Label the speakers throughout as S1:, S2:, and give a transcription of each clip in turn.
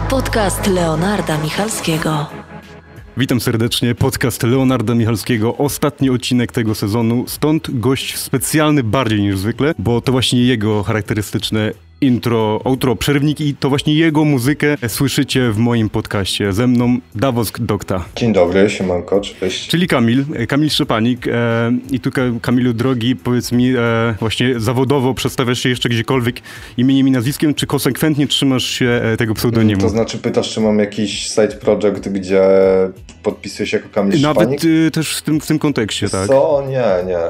S1: Podcast Leonarda Michalskiego.
S2: Witam serdecznie, podcast Leonarda Michalskiego, ostatni odcinek tego sezonu, stąd gość specjalny bardziej niż zwykle, bo to właśnie jego charakterystyczne intro, outro, przerywnik i to właśnie jego muzykę słyszycie w moim podcaście. Ze mną Davos Dokta.
S3: Dzień dobry, siemanko, cześć.
S2: Czyli Kamil Szczepanik. I tu Kamilu drogi, powiedz mi, właśnie zawodowo przedstawiasz się jeszcze gdziekolwiek imieniem i nazwiskiem, czy konsekwentnie trzymasz się tego pseudonimu?
S3: To znaczy pytasz, czy mam jakiś side project, gdzie podpisuję się jako Kamil Szczepanik?
S2: Nawet też w tym kontekście, tak?
S3: Co? Nie,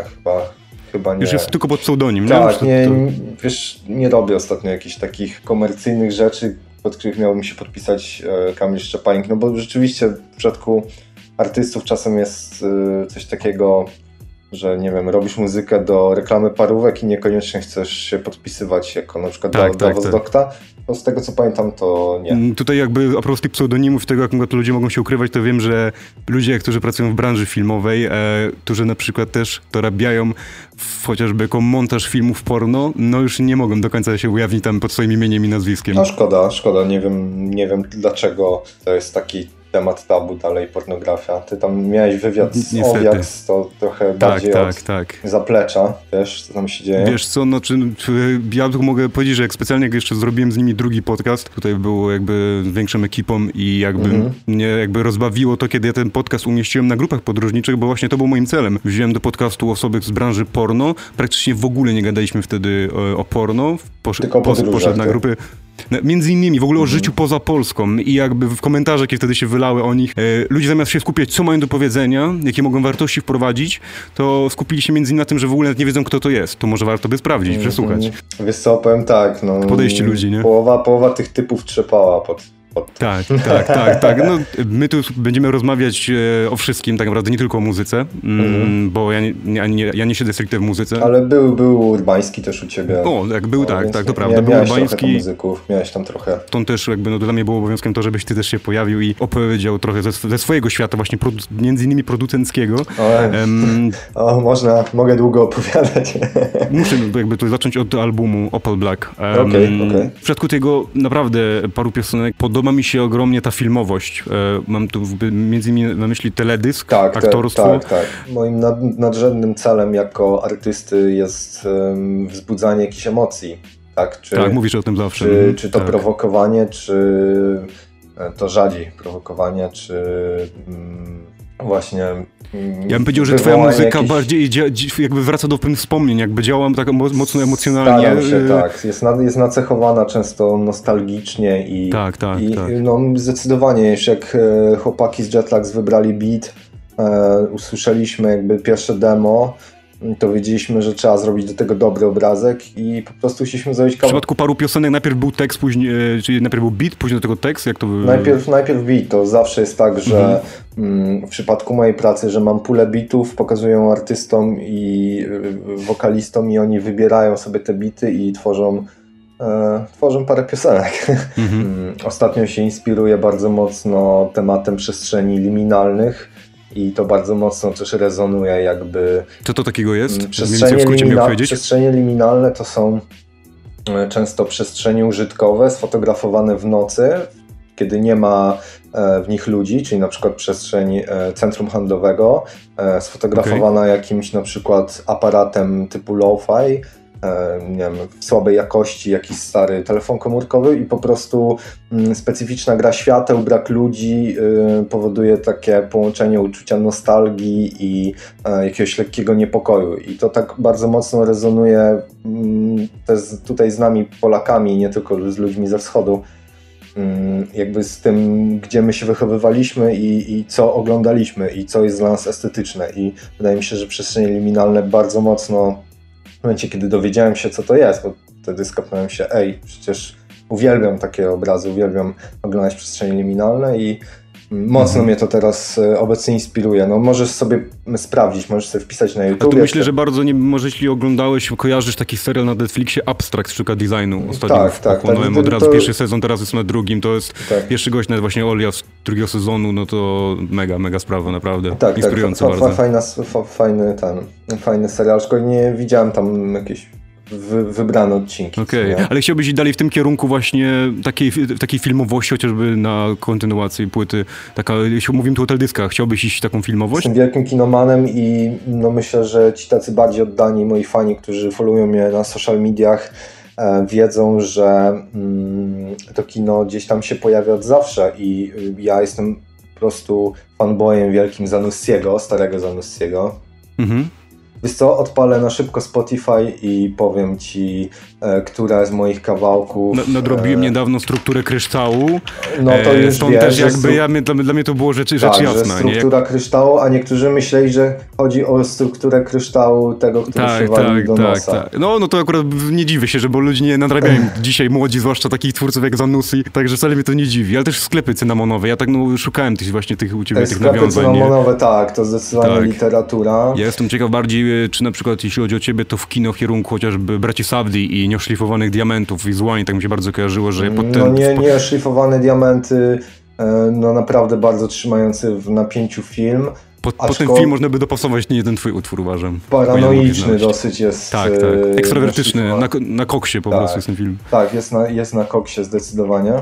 S3: chyba nie.
S2: Już jest tylko pod pseudonim,
S3: tak,
S2: nie?
S3: Wiesz, nie robię ostatnio jakichś takich komercyjnych rzeczy, pod których miałbym się podpisać Kamil Szczepanik, no bo rzeczywiście w przypadku artystów czasem jest coś takiego, że nie wiem, robisz muzykę do reklamy parówek i niekoniecznie chcesz się podpisywać jako na przykład Davos Dokta. No z tego co pamiętam, to nie.
S2: Tutaj jakby a propos tych pseudonimów, tego jak to ludzie mogą się ukrywać, to wiem, że ludzie, którzy pracują w branży filmowej, którzy na przykład też dorabiają chociażby jako montaż filmów porno, no już nie mogą do końca się ujawnić tam pod swoim imieniem i nazwiskiem.
S3: No szkoda, nie wiem dlaczego to jest taki temat tabu dalej, pornografia. Ty tam miałeś wywiad z Owiax, to trochę bardziej od zaplecza, wiesz, co tam się dzieje?
S2: Wiesz co, no ja tu mogę powiedzieć, że specjalnie jeszcze zrobiłem z nimi drugi podcast, tutaj było jakby większą ekipą i jakby mnie jakby rozbawiło to, kiedy ja ten podcast umieściłem na grupach podróżniczych, bo właśnie to był moim celem. Wziąłem do podcastu osoby z branży porno, praktycznie w ogóle nie gadaliśmy wtedy o porno, poszedł na grupy. Między innymi w ogóle o życiu poza Polską i jakby w komentarzach, jakie wtedy się wylały o nich, ludzie zamiast się skupiać, co mają do powiedzenia, jakie mogą wartości wprowadzić, to skupili się między innymi na tym, że w ogóle nawet nie wiedzą, kto to jest. To może warto by sprawdzić, przesłuchać.
S3: Wiesz co, powiem tak, no...
S2: Podejście ludzi, nie?
S3: Połowa tych typów trzepała pod...
S2: Tak. No, my tu będziemy rozmawiać o wszystkim, tak naprawdę nie tylko o muzyce, bo ja nie siedzę stricte w muzyce.
S3: Ale był Urbański też u ciebie.
S2: O, tak, był, tak, to prawda. Był Urbański.
S3: Muzyków, miałeś tam trochę.
S2: To też jakby, no dla mnie było obowiązkiem to, żebyś ty też się pojawił i opowiedział trochę ze swojego świata, właśnie między innymi producenckiego.
S3: Mogę długo opowiadać.
S2: Muszę jakby tu zacząć od albumu Opal Black.
S3: Okej.
S2: W przypadku tego naprawdę paru piosenek podoba mi się ogromnie ta filmowość. Mam tu między innymi na myśli teledysk, aktorstwo.
S3: Tak. Moim nadrzędnym celem jako artysty jest wzbudzanie jakichś emocji. Tak,
S2: mówisz o tym zawsze.
S3: Czy to prowokowanie, czy to rzadziej prowokowanie, czy właśnie...
S2: Ja bym powiedział, że twoja muzyka bardziej jakby wraca do pewnych wspomnień, jakby działa tak mocno emocjonalnie.
S3: Staram się, tak. Jest nacechowana często nostalgicznie i no zdecydowanie, już jak chłopaki z Jetlags wybrali beat, usłyszeliśmy jakby pierwsze demo, to wiedzieliśmy, że trzeba zrobić do tego dobry obrazek i po prostu chcieliśmy zrobić
S2: W przypadku paru piosenek najpierw był tekst, później, czyli najpierw był beat, później do tego tekst, jak to
S3: Najpierw beat, to zawsze jest tak, że w przypadku mojej pracy, że mam pulę beatów, pokazuję ją artystom i wokalistom i oni wybierają sobie te beaty i tworzą parę piosenek. Ostatnio się inspiruję bardzo mocno tematem przestrzeni liminalnych. I to bardzo mocno też rezonuje jakby...
S2: Co to takiego jest?
S3: Przestrzenie liminalne to są często przestrzenie użytkowe sfotografowane w nocy, kiedy nie ma w nich ludzi, czyli na przykład przestrzeń centrum handlowego, sfotografowana jakimś na przykład aparatem typu lo-fi, nie wiem, w słabej jakości jakiś stary telefon komórkowy i po prostu specyficzna gra świateł, brak ludzi powoduje takie połączenie uczucia nostalgii i jakiegoś lekkiego niepokoju i to tak bardzo mocno rezonuje tutaj z nami Polakami, nie tylko z ludźmi ze wschodu, jakby z tym, gdzie my się wychowywaliśmy i co oglądaliśmy i co jest dla nas estetyczne i wydaje mi się, że przestrzenie liminalne bardzo mocno w momencie, kiedy dowiedziałem się, co to jest, bo wtedy skapnąłem się, przecież uwielbiam takie obrazy, uwielbiam oglądać przestrzenie liminalne i mocno mnie to teraz obecnie inspiruje. No możesz sobie sprawdzić, możesz sobie wpisać na YouTube.
S2: A tu myślę, że bardzo może jeśli oglądałeś, kojarzysz taki serial na Netflixie Abstract, sztuka designu. Ostatnio pochłonąłem od razu pierwszy sezon, teraz jest na drugim. To jest pierwszy gość, nawet właśnie Olia z drugiego sezonu, no to mega sprawa, naprawdę. Inspirujące bardzo.
S3: Fajny serial, tylko nie widziałem tam jakiejś wybrane odcinki.
S2: Okej, ale chciałbyś iść dalej w tym kierunku właśnie takiej filmowości, chociażby na kontynuacji płyty. Jeśli mówimy tu o teledyskach, chciałbyś iść w taką filmowość?
S3: Jestem wielkim kinomanem i myślę, że ci tacy bardziej oddani moi fani, którzy followują mnie na social mediach, wiedzą, że to kino gdzieś tam się pojawia od zawsze i ja jestem po prostu fanboyem wielkim Zanussiego, starego Zanussiego. Wiesz co, odpalę na szybko Spotify i powiem ci, która z moich kawałków...
S2: Nadrobiłem niedawno Strukturę Kryształu.
S3: No to już
S2: stąd
S3: wiesz,
S2: też jakby dla mnie to było rzecz jasna.
S3: Że struktura kryształu, a niektórzy myśleli, że chodzi o strukturę kryształu tego, który się wali do nosa.
S2: Tak. No to akurat nie dziwię się, że bo ludzie nie nadrabiają dzisiaj, młodzi, zwłaszcza takich twórców jak Zanussi, także wcale mnie to nie dziwi, ale też sklepy cynamonowe. Ja tak szukałem tych u ciebie tych nawiązań.
S3: Sklepy cynamonowe, tak, to zdecydowanie literatura.
S2: Ja jestem ciekaw bardziej, czy na przykład jeśli chodzi o ciebie, to w kino kierunku chociażby Braci Savdi i Nieoszlifowanych Diamentów wizualnie tak mi się bardzo kojarzyło, że pod ten...
S3: Nieoszlifowane diamenty, naprawdę bardzo trzymający w napięciu film.
S2: Pod ten film można by dopasować nie jeden twój utwór, uważam.
S3: Paranoiczny dosyć jest.
S2: Tak. Ekstrawertyczny, na koksie po prostu jest ten film.
S3: Tak, jest na koksie zdecydowanie.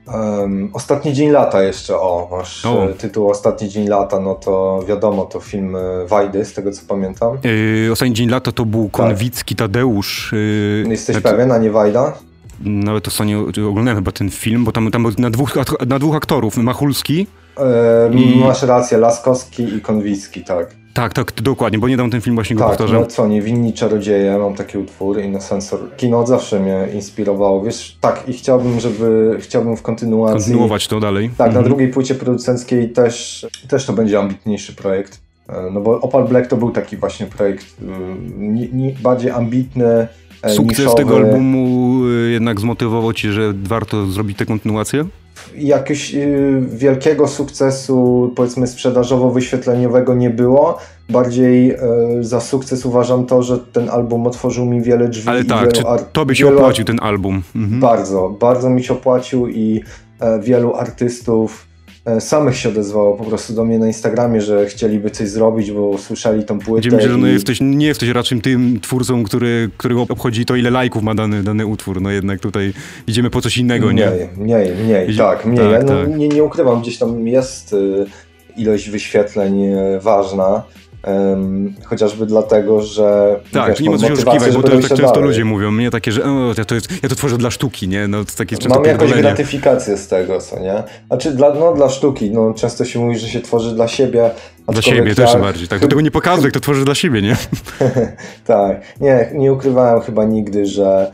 S3: Ostatni dzień lata jeszcze, masz tytuł Ostatni dzień lata, no to wiadomo, to film Wajdy, z tego co pamiętam.
S2: Ostatni dzień lata to był Konwicki Tadeusz.
S3: Jesteś pewien, a nie Wajda?
S2: Nawet ostatnio oglądałem chyba ten film, bo tam był na dwóch aktorów, Machulski.
S3: Masz rację, Laskowski i Konwicki, tak.
S2: Tak, dokładnie, bo niedawno ten film właśnie go powtarzam.
S3: No co, Niewinni czarodzieje, mam taki utwór, Innocensor. Kino od zawsze mnie inspirowało, wiesz, i chciałbym w kontynuacji...
S2: Kontynuować to dalej.
S3: Tak, na drugiej płycie producenckiej też to będzie ambitniejszy projekt, no bo Opal Black to był taki właśnie projekt bardziej ambitny,
S2: Sukces
S3: niszowy.
S2: tego albumu jednak zmotywował ci, że warto zrobić tę kontynuację?
S3: Jakiegoś wielkiego sukcesu, powiedzmy sprzedażowo-wyświetleniowego nie było. Bardziej za sukces uważam to, że ten album otworzył mi wiele drzwi.
S2: Ale tak, czy tobie się opłacił ten album?
S3: Bardzo mi się opłacił i wielu artystów samych się odezwało po prostu do mnie na Instagramie, że chcieliby coś zrobić, bo słyszeli tą płytę.
S2: Myślę, że nie jesteś raczej tym twórcą, którego obchodzi to, ile lajków ma dany utwór. No jednak tutaj idziemy po coś innego, nie?
S3: Mniej. Tak. Nie ukrywam, gdzieś tam jest ilość wyświetleń ważna. Chociażby dlatego, że
S2: tak, nie ma co się oszukiwać, bo to tak często dalej. Ludzie mówią mnie takie, że ja to tworzę dla sztuki, nie? No, to takie
S3: mam jakąś gratyfikację z tego, co nie? Znaczy dla sztuki, często się mówi, że się tworzy dla siebie.
S2: Dla siebie też bardziej, tak. Do tego nie pokazuj, jak to tworzysz dla siebie, nie?
S3: Tak, nie ukrywałem chyba nigdy, że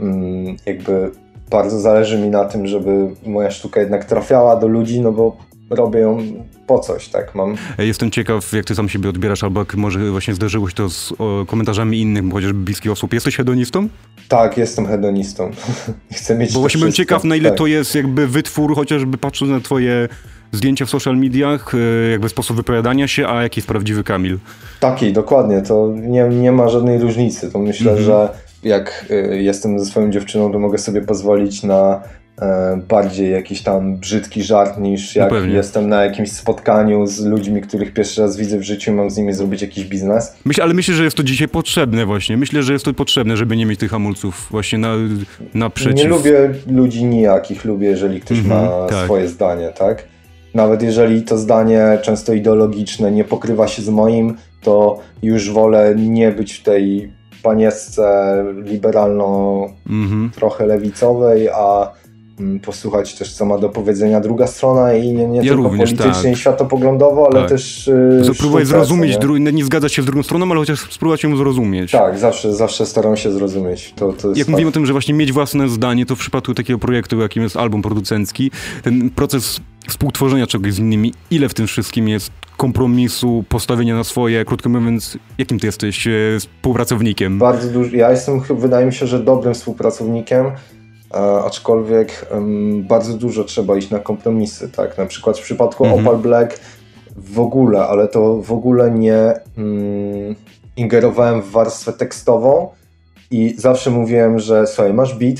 S3: jakby bardzo zależy mi na tym, żeby moja sztuka jednak trafiała do ludzi, no bo robię ją po coś, tak?
S2: Jestem ciekaw, jak ty sam siebie odbierasz, albo jak może właśnie zdarzyło się to z komentarzami innych, chociażby bliskich osób. Jesteś hedonistą?
S3: Tak, jestem hedonistą. Chcę mieć.
S2: Bo właśnie byłem ciekaw, na ile to jest jakby wytwór, chociażby patrząc na twoje zdjęcia w social mediach, jakby sposób wypowiadania się, a jaki jest prawdziwy Kamil?
S3: Taki, dokładnie. To nie ma żadnej różnicy. To myślę, że jak jestem ze swoją dziewczyną, to mogę sobie pozwolić na bardziej jakiś tam brzydki żart niż jak jestem na jakimś spotkaniu z ludźmi, których pierwszy raz widzę w życiu i mam z nimi zrobić jakiś biznes.
S2: Ale myślę, że jest to dzisiaj potrzebne właśnie. Myślę, że jest to potrzebne, żeby nie mieć tych hamulców właśnie naprzeciw.
S3: Nie lubię ludzi nijakich, lubię, jeżeli ktoś ma swoje zdanie, tak? Nawet jeżeli to zdanie, często ideologiczne, nie pokrywa się z moim, to już wolę nie być w tej paniesce liberalno trochę lewicowej, a posłuchać też, co ma do powiedzenia druga strona i nie tylko również, politycznie i światopoglądowo, ale też
S2: spróbuj zrozumieć, nie zgadzać się z drugą stroną, ale chociaż spróbować ją zrozumieć.
S3: Tak, zawsze staram się zrozumieć. To jest
S2: jak mówimy o tym, że właśnie mieć własne zdanie, to w przypadku takiego projektu, jakim jest album producencki, ten proces współtworzenia czegoś z innymi, ile w tym wszystkim jest kompromisu, postawienia na swoje, krótko mówiąc, jakim ty jesteś współpracownikiem?
S3: Bardzo dużo. Ja jestem, wydaje mi się, że dobrym współpracownikiem, aczkolwiek bardzo dużo trzeba iść na kompromisy, tak? Na przykład w przypadku Opal Black w ogóle nie ingerowałem w warstwę tekstową i zawsze mówiłem, że słuchaj, masz beat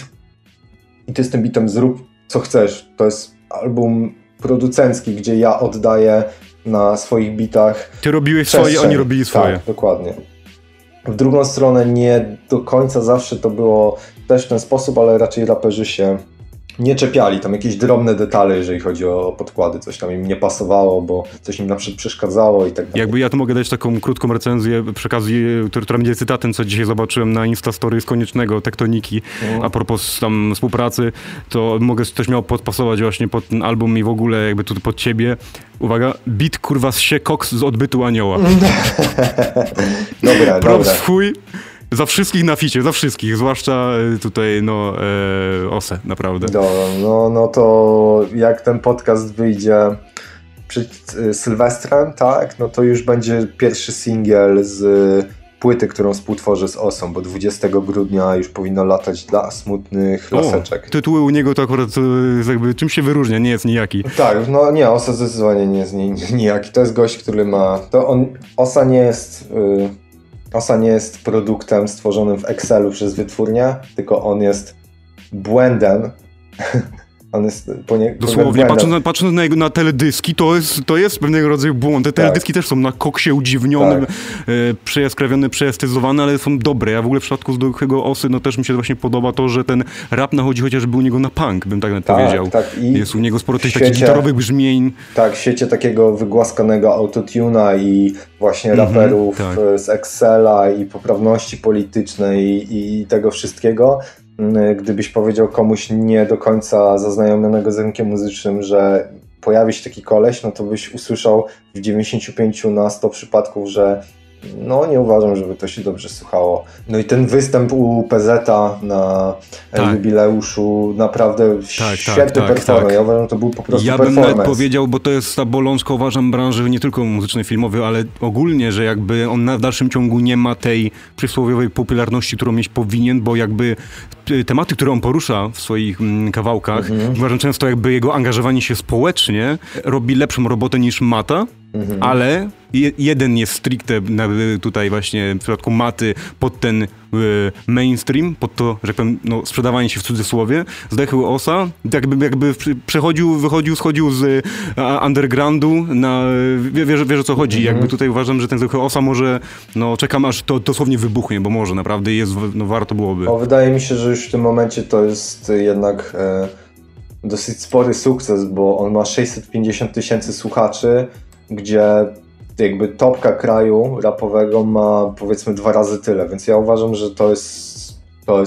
S3: i ty z tym beatem zrób co chcesz. To jest album producencki, gdzie ja oddaję na swoich bitach.
S2: Ty robiłeś swoje, oni robili swoje.
S3: Tak, dokładnie. W drugą stronę nie do końca zawsze to było też w ten sposób, ale raczej raperzy się nie czepiali. Tam jakieś drobne detale, jeżeli chodzi o podkłady, coś tam im nie pasowało, bo coś im na przykład przeszkadzało i tak dalej.
S2: Jakby ja tu mogę dać taką krótką recenzję przy okazji, która będzie cytatem, co dzisiaj zobaczyłem na Instastory z Koniecznego, Tektoniki, a propos tam współpracy, to mogę, coś miało podpasować właśnie pod ten album i w ogóle jakby tu pod ciebie. Uwaga, beat kurwa zsie koks z odbytu anioła.
S3: Dobra,
S2: props w chuj. Za wszystkich na ficie, za wszystkich, zwłaszcza tutaj, Osę, naprawdę.
S3: No to jak ten podcast wyjdzie przed Sylwestrem, tak, no to już będzie pierwszy singiel z płyty, którą współtworzę z Osą, bo 20 grudnia już powinno latać dla smutnych laseczek.
S2: Tytuły u niego to akurat jakby czym się wyróżnia, nie jest nijaki.
S3: Tak, no nie, Osa zdecydowanie nie jest nijaki. To jest gość, który ma... Osa nie jest produktem stworzonym w Excelu przez wytwórnię, tylko on jest błędem. On jest
S2: dosłownie, patrząc na teledyski, to jest pewnego rodzaju błąd. Te teledyski też są na koksie udziwnionym, przejaskrawione, przeestetyzowane, ale są dobre. Ja w ogóle w przypadku zwykłego Osy, no też mi się właśnie podoba to, że ten rap nachodzi chociażby u niego na punk, bym tak powiedział.
S3: Tak.
S2: Jest u niego sporo tych takich gitarowych brzmień.
S3: Tak, w świecie takiego wygłaskanego autotuna i właśnie raperów z Excela i poprawności politycznej i tego wszystkiego. Gdybyś powiedział komuś nie do końca zaznajomionego z rynkiem muzycznym, że pojawi się taki koleś, no to byś usłyszał w 95 na 100 przypadków, że no nie uważam, żeby to się dobrze słuchało. No i ten występ u PZ-a na jubileuszu, naprawdę świetny performance. Ja uważam, że to był po prostu performance.
S2: Ja bym nawet powiedział, bo to jest ta bolączka, uważam, branży nie tylko muzycznej, filmowej, ale ogólnie, że jakby on w dalszym ciągu nie ma tej przysłowiowej popularności, którą mieć powinien, bo jakby tematy, które on porusza w swoich kawałkach, uważam często jakby jego angażowanie się społecznie robi lepszą robotę niż Mata, ale jeden jest stricte tutaj właśnie w przypadku Maty pod ten mainstream, pod to, że tak powiem, sprzedawanie się w cudzysłowie. Zdechły Osa, jakby schodził z undergroundu na... Wiesz o co chodzi. Jakby tutaj uważam, że ten Zdechły Osa może, czekam aż to dosłownie wybuchnie, bo może naprawdę warto byłoby.
S3: Wydaje mi się, że już w tym momencie to jest jednak dosyć spory sukces, bo on ma 650 000 słuchaczy, gdzie jakby topka kraju rapowego ma powiedzmy 2 razy tyle, więc ja uważam, że to jest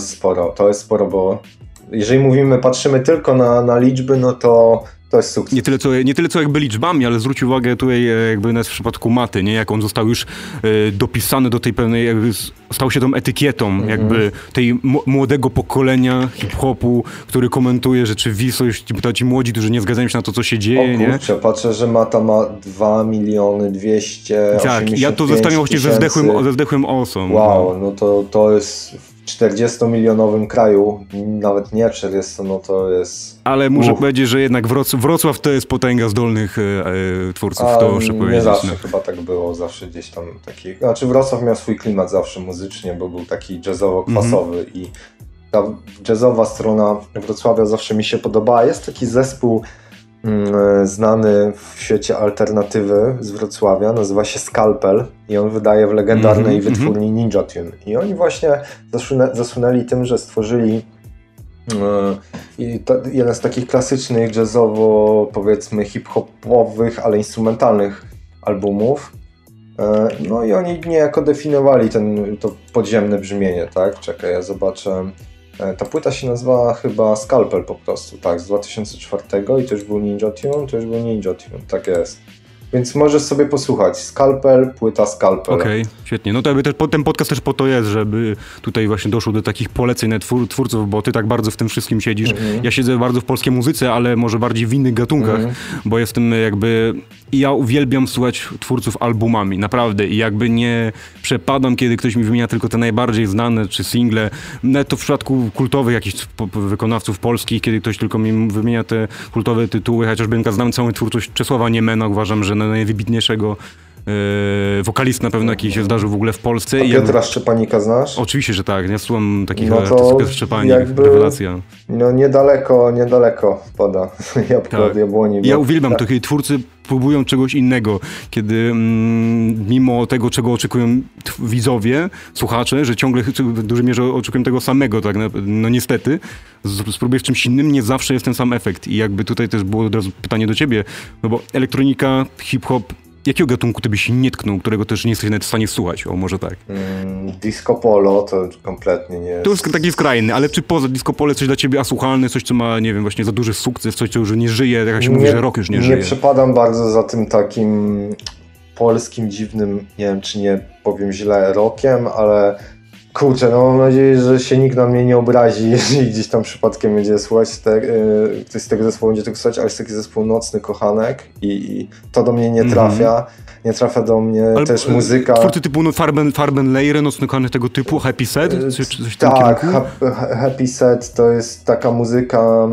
S3: sporo, bo jeżeli patrzymy tylko na liczby, no to jest sukces.
S2: Nie tyle co jakby liczbami, ale zwróć uwagę tutaj jakby w przypadku Maty, nie? Jak on został już dopisany do tej pewnej, jakby stał się tą etykietą jakby tej młodego pokolenia hip-hopu, który komentuje rzeczywistość, ci młodzi, którzy nie zgadzają się na to, co się dzieje, nie?
S3: Patrzę, że Mata ma 2 285
S2: Tak, ja to zestawiam właśnie ze zdechłym Osą.
S3: Wow, no to jest w 40-milionowym kraju, nawet nie 40, no to jest...
S2: Ale muszę powiedzieć, że jednak Wrocław to jest potęga zdolnych twórców, to muszę powiedzieć.
S3: Nie zawsze chyba tak było, zawsze gdzieś tam taki... Znaczy Wrocław miał swój klimat zawsze muzycznie, bo był taki jazzowo-kwasowy i ta jazzowa strona Wrocławia zawsze mi się podobała. Jest taki zespół znany w świecie alternatywy z Wrocławia, nazywa się Scalpel i on wydaje w legendarnej wytwórni Ninja Tune. I oni właśnie zasunęli tym, że stworzyli jeden z takich klasycznych jazzowo, powiedzmy hip-hopowych, ale instrumentalnych albumów. No i oni niejako definiowali to podziemne brzmienie, tak? Czekaj, ja zobaczę. Ta płyta się nazywa chyba Scalpel po prostu, tak, z 2004 i to już był Ninja Tune, tak jest. Więc możesz sobie posłuchać. Scalpel, płyta Scalpel.
S2: Okej, świetnie. No to jakby ten podcast też po to jest, żeby tutaj właśnie doszło do takich poleceń na twórców, bo ty tak bardzo w tym wszystkim siedzisz. Ja siedzę bardzo w polskiej muzyce, ale może bardziej w innych gatunkach, bo jestem jakby... I ja uwielbiam słuchać twórców albumami, naprawdę. I jakby nie przepadam, kiedy ktoś mi wymienia tylko te najbardziej znane, czy single. Nawet to w przypadku kultowych jakichś wykonawców polskich, kiedy ktoś tylko mi wymienia te kultowe tytuły, chociażby znam całą twórczość Czesława Niemena, uważam, że najwybitniejszego wokalist na pewno, jaki się zdarzył w ogóle w Polsce.
S3: A Piotra Szczepanika znasz?
S2: Oczywiście, że tak. Ja słucham takich
S3: Piotr
S2: Szczepanik, rewelacja.
S3: No niedaleko wpada jabłko od jabłoni.
S2: Ja uwielbiam takie twórcy próbują czegoś innego, kiedy mimo tego, czego oczekują widzowie, słuchacze, że ciągle w dużej mierze oczekują tego samego, tak, no niestety, spróbujesz czymś innym, nie zawsze jest ten sam efekt. I jakby tutaj też było od razu pytanie do ciebie, no bo elektronika, hip-hop, jakiego gatunku ty byś nie tknął, którego też nie jesteś nawet w stanie słuchać? O, może tak.
S3: Disco polo to kompletnie nie jest...
S2: To jest taki skrajny, ale czy poza disco polo coś dla ciebie asłuchalne, coś, co ma, nie wiem, właśnie za duży sukces, coś, co już nie żyje, jak się mówi, że rock już nie żyje?
S3: Nie przepadam bardzo za tym takim polskim, dziwnym, nie wiem, czy nie powiem źle, rockiem, ale kurczę, no mam nadzieję, że się nikt na mnie nie obrazi, jeżeli gdzieś tam przypadkiem będzie słuchać, ktoś z tego zespołu będzie tego słuchać, ale jest taki zespół Nocny Kochanek i to do mnie nie trafia. Nie trafia do mnie też muzyka...
S2: Twórcy typu Farben Leire, Nocny Kochanek tego typu, Happy Set? Czy coś w tym
S3: tak,
S2: kierunku?
S3: Happy Set to jest taka muzyka...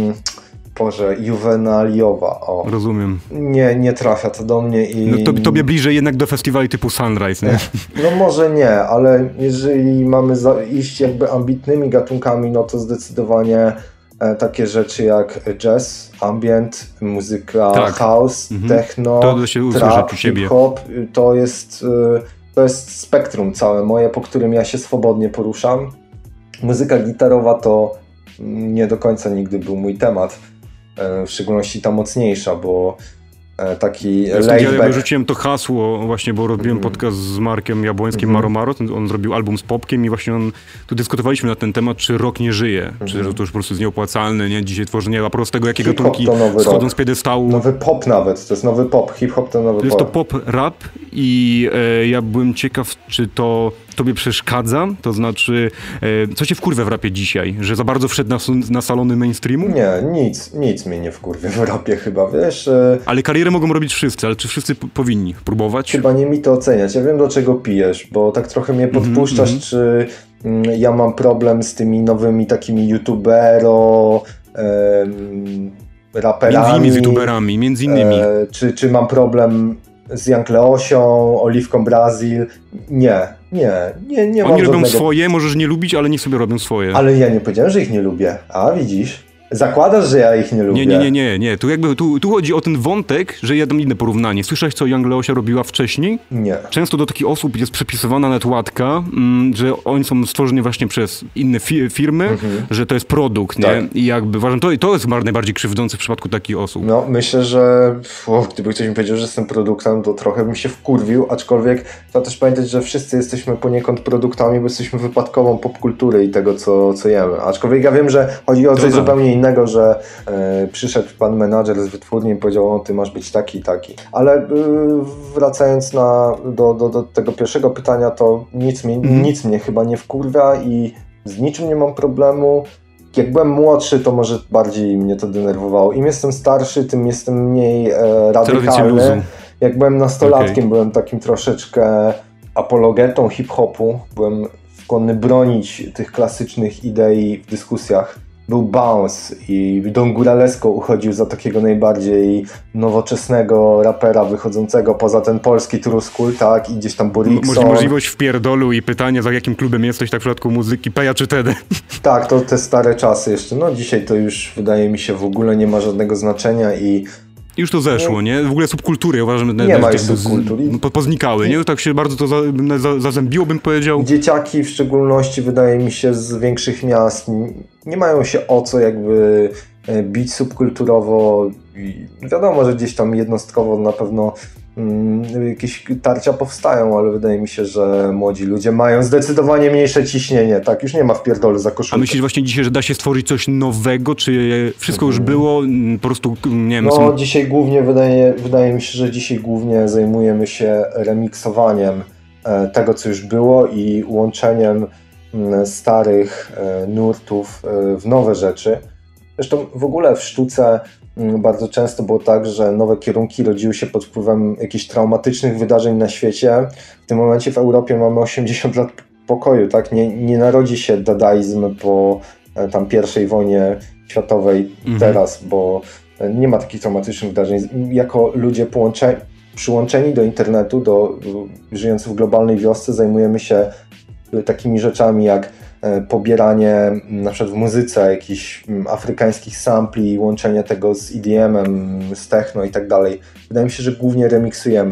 S3: juwenaliowa. O.
S2: Rozumiem.
S3: Nie trafia to do mnie i...
S2: No tobie bliżej jednak do festiwali typu Sunrise, nie?
S3: No może nie, ale jeżeli mamy iść jakby ambitnymi gatunkami, no to zdecydowanie takie rzeczy jak jazz, ambient, muzyka house, techno, trap, hip-hop, to jest spektrum całe moje, po którym ja się swobodnie poruszam. Muzyka gitarowa to nie do końca nigdy był mój temat. W szczególności ta mocniejsza, bo taki laidback...
S2: Ja rzuciłem to hasło właśnie, bo robiłem podcast z Markiem Jabłońskim, Maro Maro, on zrobił album z Popkiem i właśnie tu dyskutowaliśmy na ten temat, czy rock nie żyje, czy że to już po prostu jest nieopłacalne, nie? Dzisiaj tworzenie, a propos tego, jakie gatunki schodzą z piedestału.
S3: Nowy pop nawet, to jest nowy pop, hip-hop to nowy pop.
S2: Jest to pop, rap i ja byłem ciekaw, czy to tobie przeszkadza, to znaczy, co cię wkurwia w rapie dzisiaj? Że za bardzo wszedł na salony mainstreamu?
S3: Nie, nic mnie nie wkurwia w rapie chyba, wiesz.
S2: Ale karierę mogą robić wszyscy, ale czy wszyscy powinni próbować?
S3: Chyba nie mi to oceniać, ja wiem do czego pijesz, bo tak trochę mnie podpuszczasz, czy ja mam problem z tymi nowymi takimi youtubero, raperami.
S2: Między innymi.
S3: Czy mam problem z Young Leosią, Oliwką Brazil? Nie mam
S2: Oni robią
S3: żadnego...
S2: swoje, możesz nie lubić, ale niech sobie robią swoje.
S3: Ale ja nie powiedziałem, że ich nie lubię. A widzisz? Zakładasz, że ja ich nie lubię.
S2: Nie. Tu chodzi o ten wątek, że ja dam inne porównanie. Słyszałeś, co Young Leosia robiła wcześniej?
S3: Nie.
S2: Często do takich osób jest przepisywana netłatka, że oni są stworzeni właśnie przez inne firmy, że to jest produkt, nie?
S3: Tak.
S2: I jakby uważam, to jest najbardziej krzywdzące w przypadku takich osób.
S3: No, myślę, że gdyby ktoś mi powiedział, że jestem produktem, to trochę bym się wkurwił, aczkolwiek trzeba też pamiętać, że wszyscy jesteśmy poniekąd produktami, bo jesteśmy wypadkową popkultury i tego, co jemy. Aczkolwiek ja wiem, że chodzi o coś zupełnie innego, że przyszedł pan menadżer z wytwórni i powiedział, o, ty masz być taki i taki. Ale wracając do tego pierwszego pytania, to nic mnie chyba nie wkurwia i z niczym nie mam problemu. Jak byłem młodszy, to może bardziej mnie to denerwowało. Im jestem starszy, tym jestem mniej radykalny. Jak byłem nastolatkiem, byłem takim troszeczkę apologetą hip-hopu. Byłem skłonny bronić tych klasycznych idei w dyskusjach. Był Bounce i Don Góralesco uchodził za takiego najbardziej nowoczesnego rapera wychodzącego poza ten polski truskul, tak, i gdzieś tam Borikson.
S2: Możliwość wpierdolu i pytania, za jakim klubem jesteś, tak w przypadku muzyki, Peja czy Tedy?
S3: Tak, to te stare czasy jeszcze, no dzisiaj to już wydaje mi się w ogóle nie ma żadnego znaczenia i
S2: już to zeszło, nie? W ogóle subkultury, uważam, że
S3: nie ma już subkultury.
S2: Poznikały, nie? Tak się bardzo to zazębiło, bym powiedział.
S3: Dzieciaki w szczególności, wydaje mi się, z większych miast nie mają się o co jakby bić subkulturowo. I wiadomo, że gdzieś tam jednostkowo na pewno jakieś tarcia powstają, ale wydaje mi się, że młodzi ludzie mają zdecydowanie mniejsze ciśnienie, tak? Już nie ma wpierdolu za koszulkę.
S2: A myślisz właśnie dzisiaj, że da się stworzyć coś nowego, czy wszystko już było, po prostu, nie wiem...
S3: No dzisiaj głównie, wydaje mi się, że dzisiaj głównie zajmujemy się remiksowaniem tego, co już było i łączeniem starych nurtów w nowe rzeczy. Zresztą w ogóle w sztuce bardzo często było tak, że nowe kierunki rodziły się pod wpływem jakichś traumatycznych wydarzeń na świecie. W tym momencie w Europie mamy 80 lat pokoju, tak? Nie narodzi się dadaizm po tam I wojnie światowej teraz, bo nie ma takich traumatycznych wydarzeń. Jako ludzie przyłączeni do internetu, żyjący w globalnej wiosce, zajmujemy się takimi rzeczami jak pobieranie na przykład w muzyce jakichś afrykańskich sampli, łączenie tego z EDM-em, z techno i tak dalej. Wydaje mi się, że głównie remiksujemy.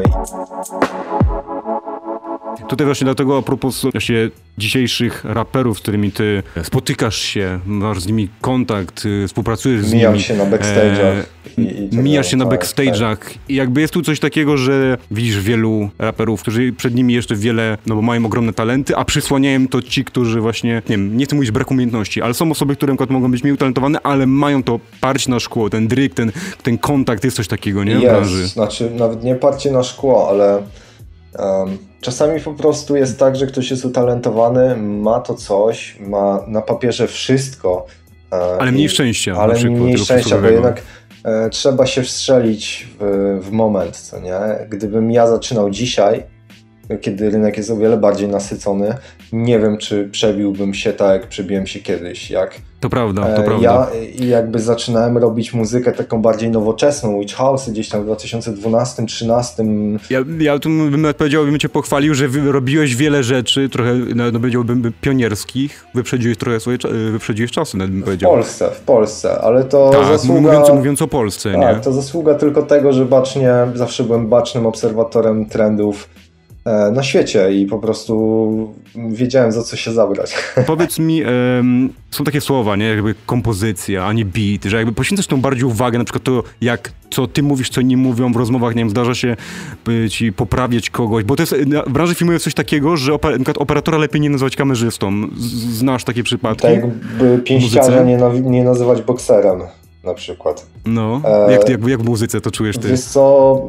S2: Tutaj właśnie dlatego a propos właśnie dzisiejszych raperów, z którymi ty spotykasz się, masz z nimi kontakt, współpracujesz z nimi.
S3: Mijasz się na backstage'ach.
S2: Mijasz się na backstage'ach i jakby jest tu coś takiego, że widzisz wielu raperów, którzy przed nimi jeszcze wiele, no bo mają ogromne talenty, a przysłaniają to ci, którzy właśnie, nie wiem, nie chcę mówić brak umiejętności, ale są osoby, które na przykład mogą być mniej utalentowane, ale mają to parcie na szkło, ten dryk, ten kontakt, jest coś takiego, nie? W branży.
S3: Znaczy nawet nie parcie na szkło, ale czasami po prostu jest tak, że ktoś jest utalentowany, ma to coś, ma na papierze wszystko.
S2: Ale mniej szczęścia.
S3: Ale mniej szczęścia, bo jednak trzeba się wstrzelić w moment, co nie? Gdybym ja zaczynał dzisiaj, kiedy rynek jest o wiele bardziej nasycony, nie wiem, czy przebiłbym się tak, jak przebiłem się kiedyś.
S2: To prawda.
S3: Ja jakby zaczynałem robić muzykę taką bardziej nowoczesną, Witch House gdzieś tam w 2012-2013.
S2: Ja tu bym cię pochwalił, że robiłeś wiele rzeczy, trochę, no powiedziałbym, pionierskich, wyprzedziłeś czasy, nawet bym powiedział.
S3: W Polsce, ale to zasługa...
S2: Mówiąc o Polsce,
S3: tak,
S2: nie?
S3: To zasługa tylko tego, że zawsze byłem bacznym obserwatorem trendów na świecie i po prostu wiedziałem, za co się zabrać.
S2: Powiedz mi, są takie słowa, nie? Jakby kompozycja, a nie beat, że jakby poświęcasz tą bardziej uwagę, na przykład to, co ty mówisz, co inni mówią w rozmowach, nie wiem, zdarza się ci poprawiać kogoś, bo to jest, w branży filmowej jest coś takiego, że na przykład operatora lepiej nie nazywać kamerzystą. Znasz takie przypadki?
S3: Tak jakby pięściarza nie nazywać bokserem, na przykład.
S2: No, jak w muzyce to czujesz ty?
S3: Wiesz co...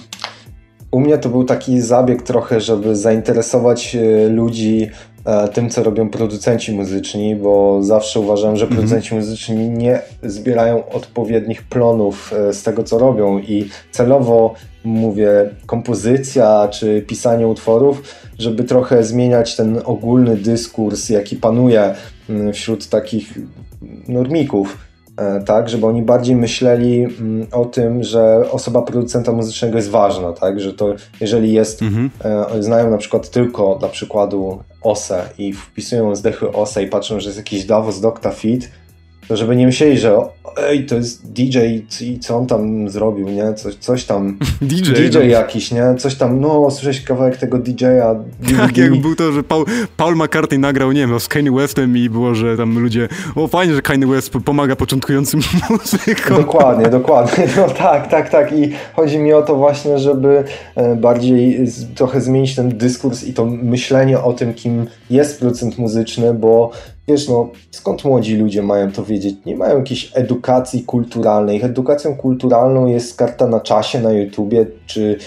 S3: U mnie to był taki zabieg trochę, żeby zainteresować ludzi tym, co robią producenci muzyczni, bo zawsze uważam, że producenci muzyczni nie zbierają odpowiednich plonów z tego, co robią i celowo mówię kompozycja czy pisanie utworów, żeby trochę zmieniać ten ogólny dyskurs, jaki panuje wśród takich normików. Tak, żeby oni bardziej myśleli o tym, że osoba producenta muzycznego jest ważna, tak, że to jeżeli jest, znają na przykład tylko dla przykładu Osę i wpisują zdechy Osę i patrzą, że jest jakiś Davos Dokta Fit, to żeby nie myśleli, że to jest DJ i co on tam zrobił, nie? Coś tam, DJ jakiś, nie? Coś tam, słyszałeś kawałek tego DJ-a.
S2: Tak, jak był to, że Paul McCartney nagrał, nie wiem, z Kanye Westem i było, że tam ludzie, fajnie, że Kanye West pomaga początkującym muzykom.
S3: Dokładnie, no tak i chodzi mi o to właśnie, żeby bardziej trochę zmienić ten dyskurs i to myślenie o tym, kim jest producent muzyczny, bo wiesz, skąd młodzi ludzie mają to wiedzieć? Nie mają jakiejś edukacji kulturalnej. Ich edukacją kulturalną jest karta na czasie na YouTubie, czy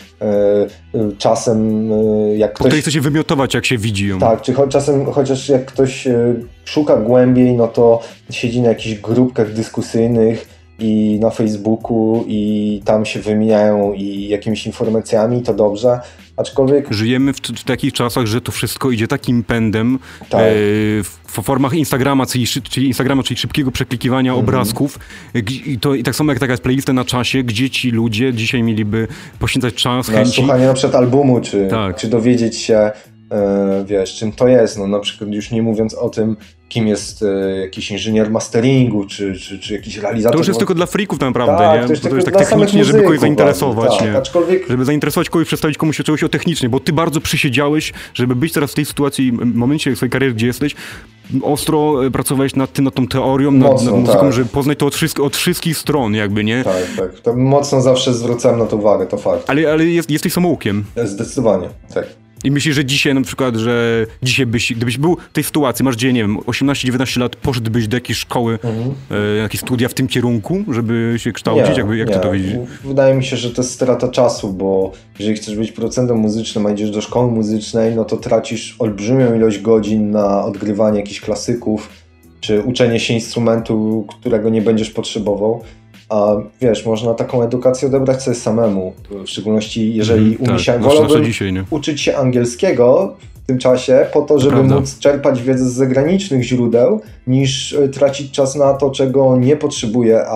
S3: czasem jak ktoś...
S2: Tutaj chce się wymiotować, jak się widzi ją.
S3: Tak, czy chociaż jak ktoś szuka głębiej, no to siedzi na jakichś grupkach dyskusyjnych i na Facebooku i tam się wymieniają i jakimiś informacjami, to dobrze. Aczkolwiek...
S2: Żyjemy w takich czasach, że to wszystko idzie takim pędem w formach Instagrama, czyli szybkiego przeklikiwania obrazków. I tak samo jak taka jest playlista na czasie, gdzie ci ludzie dzisiaj mieliby poświęcać czas, chęci.
S3: Słuchanie na przykład albumu, czy dowiedzieć się, czym to jest. Na przykład już nie mówiąc o tym, kim jest jakiś inżynier masteringu, czy jakiś realizator.
S2: To już jest tylko dla freaków tak naprawdę,
S3: tak,
S2: nie?
S3: To jest
S2: tak technicznie, żeby kogoś zainteresować,
S3: tak,
S2: nie?
S3: Aczkolwiek...
S2: Żeby zainteresować kogoś, przedstawić komuś się czegoś o technicznie, bo ty bardzo przysiedziałeś, żeby być teraz w tej sytuacji, momencie swojej kariery, gdzie jesteś, ostro pracowałeś nad tą teorią, nad muzyką, żeby poznać to od wszystkich stron jakby, nie?
S3: Tak. To mocno zawsze zwracałem na to uwagę, to fakt.
S2: Ale jesteś samoukiem.
S3: Zdecydowanie, tak.
S2: I myślisz, że dzisiaj na przykład, gdybyś był w tej sytuacji, masz gdzie, nie wiem, 18-19 lat, poszedłbyś do jakiejś szkoły, jakieś studia w tym kierunku, żeby się kształcić? Jak ty to widzisz?
S3: Wydaje mi się, że to jest strata czasu, bo jeżeli chcesz być producentem muzycznym, a idziesz do szkoły muzycznej, no to tracisz olbrzymią ilość godzin na odgrywanie jakichś klasyków, czy uczenie się instrumentu, którego nie będziesz potrzebował. A wiesz, można taką edukację odebrać sobie samemu, w szczególności jeżeli wolałbym uczyć się angielskiego w tym czasie po to, żeby móc czerpać wiedzę z zagranicznych źródeł, niż tracić czas na to, czego nie potrzebuję, a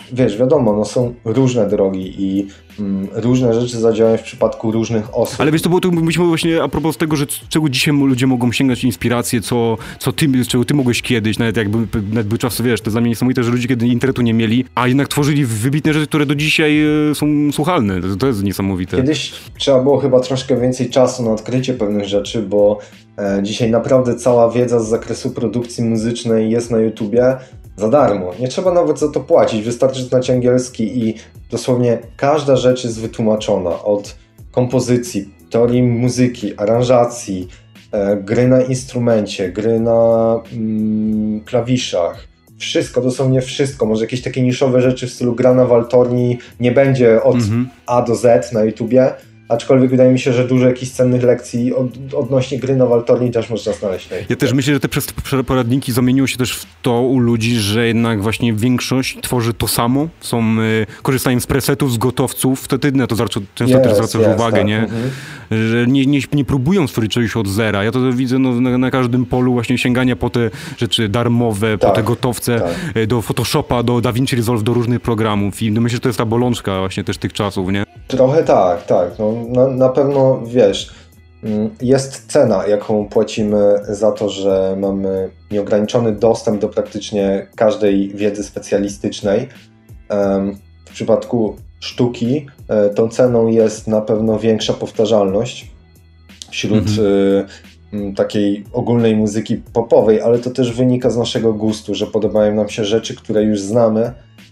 S3: wiesz, wiadomo, no są różne drogi i różne rzeczy zadziałają w przypadku różnych osób.
S2: Ale wiesz, to było to myślimy właśnie a propos tego, że czego dzisiaj ludzie mogą sięgać inspirację, czego ty mogłeś kiedyś, nawet były czasy, wiesz, to dla mnie niesamowite, że ludzie kiedy internetu nie mieli, a jednak tworzyli wybitne rzeczy, które do dzisiaj są słuchalne. To jest niesamowite.
S3: Kiedyś trzeba było chyba troszkę więcej czasu na odkrycie pewnych rzeczy, bo dzisiaj naprawdę cała wiedza z zakresu produkcji muzycznej jest na YouTubie za darmo. Nie trzeba nawet za to płacić, wystarczy znać angielski i dosłownie każda rzecz jest wytłumaczona. Od kompozycji, teorii muzyki, aranżacji, gry na instrumencie, gry na klawiszach. Wszystko, dosłownie wszystko. Może jakieś takie niszowe rzeczy w stylu gra na waltorni nie będzie od A do Z na YouTubie, aczkolwiek wydaje mi się, że dużo jakichś cennych lekcji odnośnie gry na waltorni też można znaleźć na YouTubie.
S2: Ja też myślę, że te poradniki zamieniły się też w to u ludzi, że jednak właśnie większość tworzy to samo, korzystają z presetów, z gotowców, wtedy na to często też zwracasz uwagę, tak. Nie? Że nie próbują stworzyć czegoś od zera. Ja to widzę na każdym polu właśnie sięgania po te rzeczy darmowe, po te gotowce, do Photoshopa, do DaVinci Resolve, do różnych programów i myślę, że to jest ta bolączka właśnie też tych czasów, nie?
S3: Trochę tak. No, na pewno, wiesz, jest cena, jaką płacimy za to, że mamy nieograniczony dostęp do praktycznie każdej wiedzy specjalistycznej. W przypadku sztuki tą ceną jest na pewno większa powtarzalność wśród takiej ogólnej muzyki popowej, ale to też wynika z naszego gustu, że podobają nam się rzeczy, które już znamy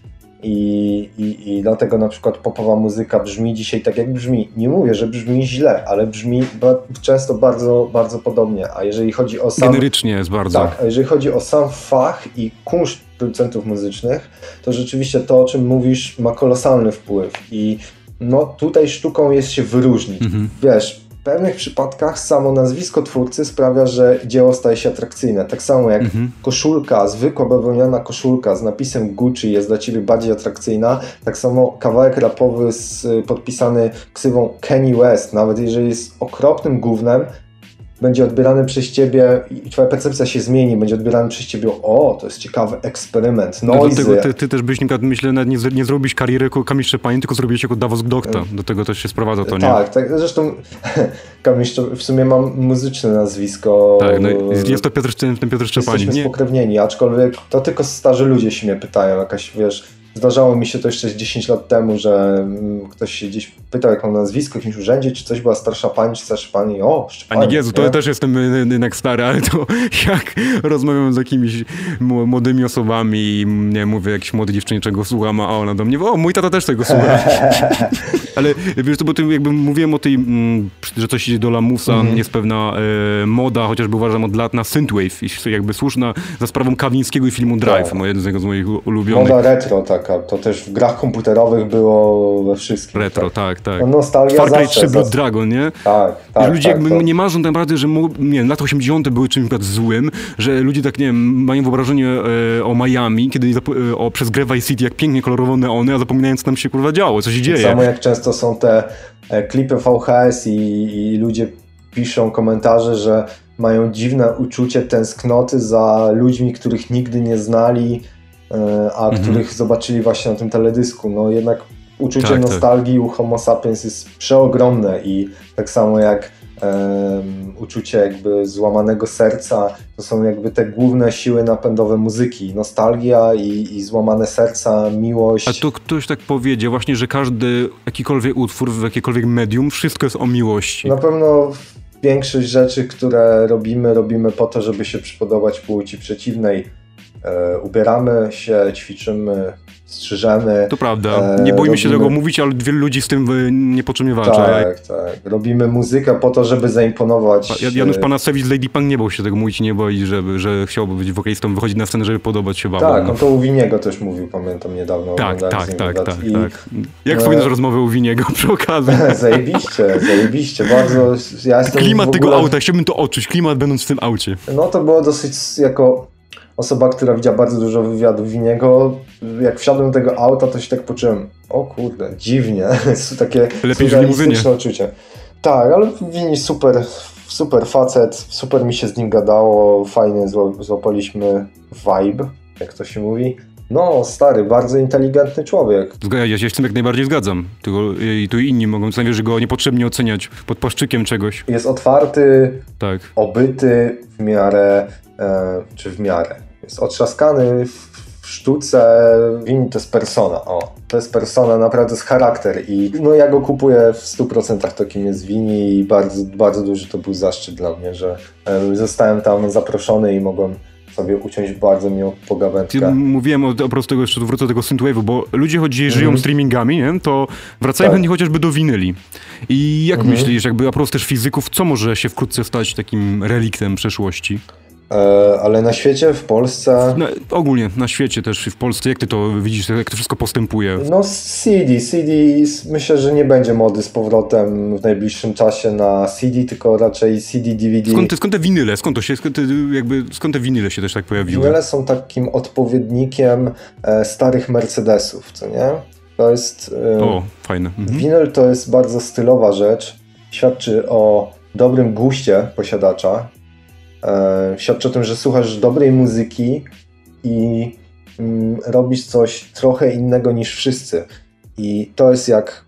S3: i dlatego na przykład popowa muzyka brzmi dzisiaj tak, jak brzmi. Nie mówię, że brzmi źle, ale brzmi często bardzo, bardzo podobnie, a jeżeli chodzi o sam...
S2: Generycznie jest bardzo.
S3: Tak, a jeżeli chodzi o sam fach i kunszt producentów muzycznych, to rzeczywiście to, o czym mówisz, ma kolosalny wpływ i no tutaj sztuką jest się wyróżnić. Wiesz, w pewnych przypadkach samo nazwisko twórcy sprawia, że dzieło staje się atrakcyjne. Tak samo jak koszulka, zwykła bawełniana koszulka z napisem Gucci jest dla ciebie bardziej atrakcyjna, tak samo kawałek rapowy podpisany ksywą Kanye West, nawet jeżeli jest okropnym gównem, będzie odbierany przez ciebie i twoja percepcja się zmieni, będzie odbierany przez ciebie, o, to jest ciekawy eksperyment, noisy.
S2: Do tego ty też byś, myślę, nie zrobić kariery jako Kamil Szczepanin, tylko zrobiłeś jako Davos Gdokta. Do tego też się sprowadza to, nie?
S3: Tak, zresztą Kamil w sumie mam muzyczne nazwisko.
S2: Tak, no jest to Piotr Szczepanin.
S3: Jesteśmy spokrewnieni, aczkolwiek to tylko starzy ludzie się mnie pytają, jakaś, wiesz... Zdarzało mi się to jeszcze 10 lat temu, że ktoś się gdzieś pytał, jak mam nazwisko w jakimś urzędzie, czy coś była starsza pani, czy starszy pani, Szczepanik.
S2: Jezu, to ja też jestem jednak stary, ale to jak rozmawiam z jakimiś młodymi osobami i mówię jakiejś młodej dziewczynie, czego słucham, a ona do mnie, mój tata też tego słucha. Ale wiesz, to bo ty jakby mówiłem o tej, że coś idzie do lamusa, jest pewna moda, chociażby uważam od lat na synthwave, jakby słuszna za sprawą Kawińskiego i filmu Drive, jeden z moich ulubionych.
S3: Moda retro taka, to też w grach komputerowych było we wszystkim.
S2: Retro, tak.
S3: No, nostalgia
S2: Far Cry 3 Blood Dragon, nie?
S3: Tak.
S2: Ludzie jakby nie marzą tak naprawdę, że lata 80. były czymś złym, że ludzie tak, nie wiem, mają wyobrażenie o Miami, kiedy przez grę Vice City, jak pięknie kolorowo neony, a zapominają, co tam się kurwa działo, co się dzieje.
S3: Tak samo jak często są te klipy VHS i ludzie piszą komentarze, że mają dziwne uczucie tęsknoty za ludźmi, których nigdy nie znali, a których zobaczyli właśnie na tym teledysku. No jednak uczucie nostalgii u Homo sapiens jest przeogromne i tak samo jak uczucie jakby złamanego serca, to są jakby te główne siły napędowe muzyki. Nostalgia i złamane serca, miłość.
S2: A to ktoś tak powiedział właśnie, że każdy jakikolwiek utwór w jakiekolwiek medium, wszystko jest o miłości.
S3: Na pewno większość rzeczy, które robimy po to, żeby się przypodobać płci przeciwnej. Ubieramy się, ćwiczymy, strzyżemy.
S2: To prawda. Nie boimy się tego mówić, ale wielu ludzi z tym niepotrzebnie walczy.
S3: Tak. Robimy muzykę po to, żeby zaimponować.
S2: Janusz Panasewicz z Lady Punk nie bał się tego mówić, nie boi, że chciałby być wokalistą, wychodzić na scenę, żeby podobać się babom.
S3: Tak, on to u Winiego też mówił, pamiętam niedawno.
S2: Tak. Jak wspominasz rozmowę u Winiego przy okazji?
S3: Zajebiście. Bardzo. Ja jestem
S2: klimat tego auta, chciałbym to odczuć, klimat będąc w tym aucie.
S3: No to było dosyć jako osoba, która widziała bardzo dużo wywiadów Winiego, jak wsiadłem do tego auta, to się tak poczułem, o kurde, dziwnie, jest takie surrealistyczne uczucie. Tak, ale Wini super facet, super mi się z nim gadało, fajnie złapaliśmy vibe, jak to się mówi. No, stary, bardzo inteligentny człowiek.
S2: Ja się z tym jak najbardziej zgadzam. I tu inni mogą co najwyżej go niepotrzebnie oceniać pod płaszczykiem czegoś.
S3: Jest otwarty,
S2: tak.
S3: Obyty w miarę, jest otrzaskany w sztuce. Vini to jest persona, to jest persona, naprawdę jest charakter i no ja go kupuję w 100% to, kim jest Vini i bardzo, bardzo duży to był zaszczyt dla mnie, że zostałem tam zaproszony i mogłem sobie uciąć bardzo miłą pogawędkę.
S2: Mówiłem o prostu tego, jeszcze wrócę do tego synthwave'u, bo ludzie choć żyją streamingami, nie? To wracają chętnie chociażby do winyli. I jak myślisz, jakby a propos też fizyków, co może się wkrótce stać takim reliktem przeszłości?
S3: Ale na świecie, w Polsce...
S2: Ogólnie na świecie też, w Polsce, jak ty to widzisz, jak to wszystko postępuje?
S3: No CD, myślę, że nie będzie mody z powrotem w najbliższym czasie na CD, tylko raczej CD, DVD.
S2: Skąd te winyle? Skąd te winyle się też tak pojawiły?
S3: Winyle są takim odpowiednikiem starych Mercedesów, co nie? To jest...
S2: fajne.
S3: Winyl to jest bardzo stylowa rzecz, świadczy o dobrym guście posiadacza. Świadczy o tym, że słuchasz dobrej muzyki i robisz coś trochę innego niż wszyscy. I to jest jak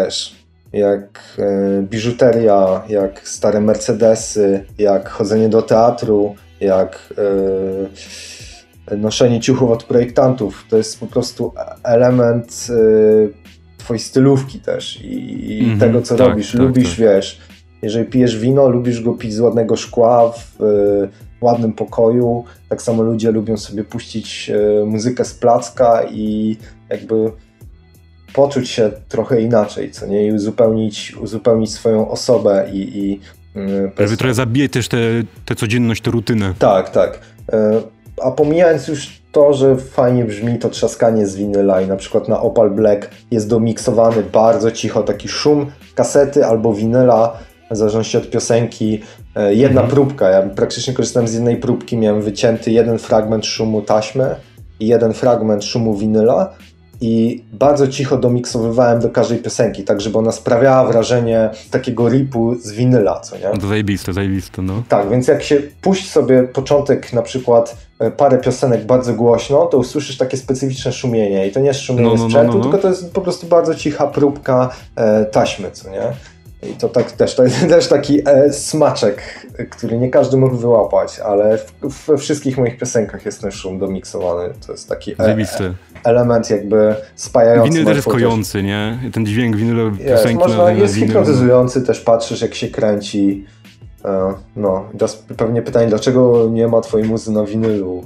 S3: biżuteria, jak stare Mercedesy, jak chodzenie do teatru, jak noszenie ciuchów od projektantów. To jest po prostu element twojej stylówki też i tego, co robisz. Lubisz, jeżeli pijesz wino, lubisz go pić z ładnego szkła, w ładnym pokoju. Tak samo ludzie lubią sobie puścić muzykę z placka i jakby poczuć się trochę inaczej, co nie? I uzupełnić swoją osobę
S2: Żeby trochę zabije też tę codzienność, tę rutynę.
S3: Tak. A pomijając już to, że fajnie brzmi to trzaskanie z winyla i na przykład na Opal Black jest domiksowany bardzo cicho taki szum kasety albo winyla, w zależności od piosenki. Jedna próbka, ja praktycznie korzystałem z jednej próbki, miałem wycięty jeden fragment szumu taśmy i jeden fragment szumu winyla i bardzo cicho domiksowywałem do każdej piosenki, tak żeby ona sprawiała wrażenie takiego ripu z winyla, co nie?
S2: To zajebiste, no.
S3: Tak, więc jak się puść sobie początek, na przykład parę piosenek bardzo głośno, to usłyszysz takie specyficzne szumienie i to nie jest szumienie sprzętu, tylko to jest po prostu bardzo cicha próbka taśmy, co nie? I to tak to jest też taki smaczek, który nie każdy mógł wyłapać, ale we wszystkich moich piosenkach jest ten szum domiksowany. To jest taki element jakby spajający.
S2: Winyl też jest kojący, nie? Ten dźwięk winylu piosenki
S3: jest hipnotyzujący, też patrzysz jak się kręci. No, teraz pewnie pytanie, dlaczego nie ma twojej muzy na winylu?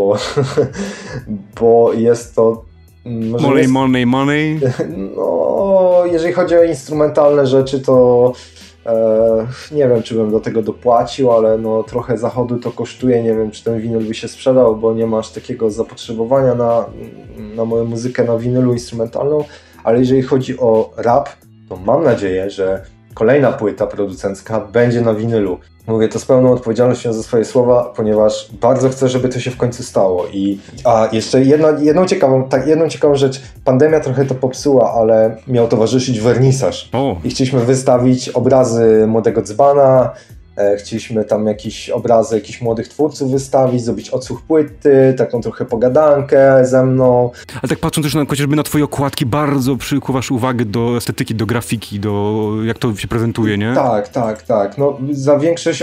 S3: Bo jest to Money. No, jeżeli chodzi o instrumentalne rzeczy, to nie wiem, czy bym do tego dopłacił, ale no trochę zachodu to kosztuje. Nie wiem, czy ten winyl by się sprzedał, bo nie masz takiego zapotrzebowania na moją muzykę na winylu instrumentalną. Ale jeżeli chodzi o rap, to mam nadzieję, że kolejna płyta producencka będzie na winylu. Mówię to z pełną odpowiedzialnością za swoje słowa, ponieważ bardzo chcę, żeby to się w końcu stało. A jeszcze jedną ciekawą rzecz. Pandemia trochę to popsuła, ale miał towarzyszyć wernisaż. I chcieliśmy wystawić obrazy Młodego Dzbana, chcieliśmy tam jakieś obrazy jakichś młodych twórców wystawić, zrobić odsłuch płyty, taką trochę pogadankę ze mną.
S2: Ale tak patrząc też chociażby na twoje okładki, bardzo przykuwasz uwagę do estetyki, do grafiki, do jak to się prezentuje, nie?
S3: Tak. No, za większość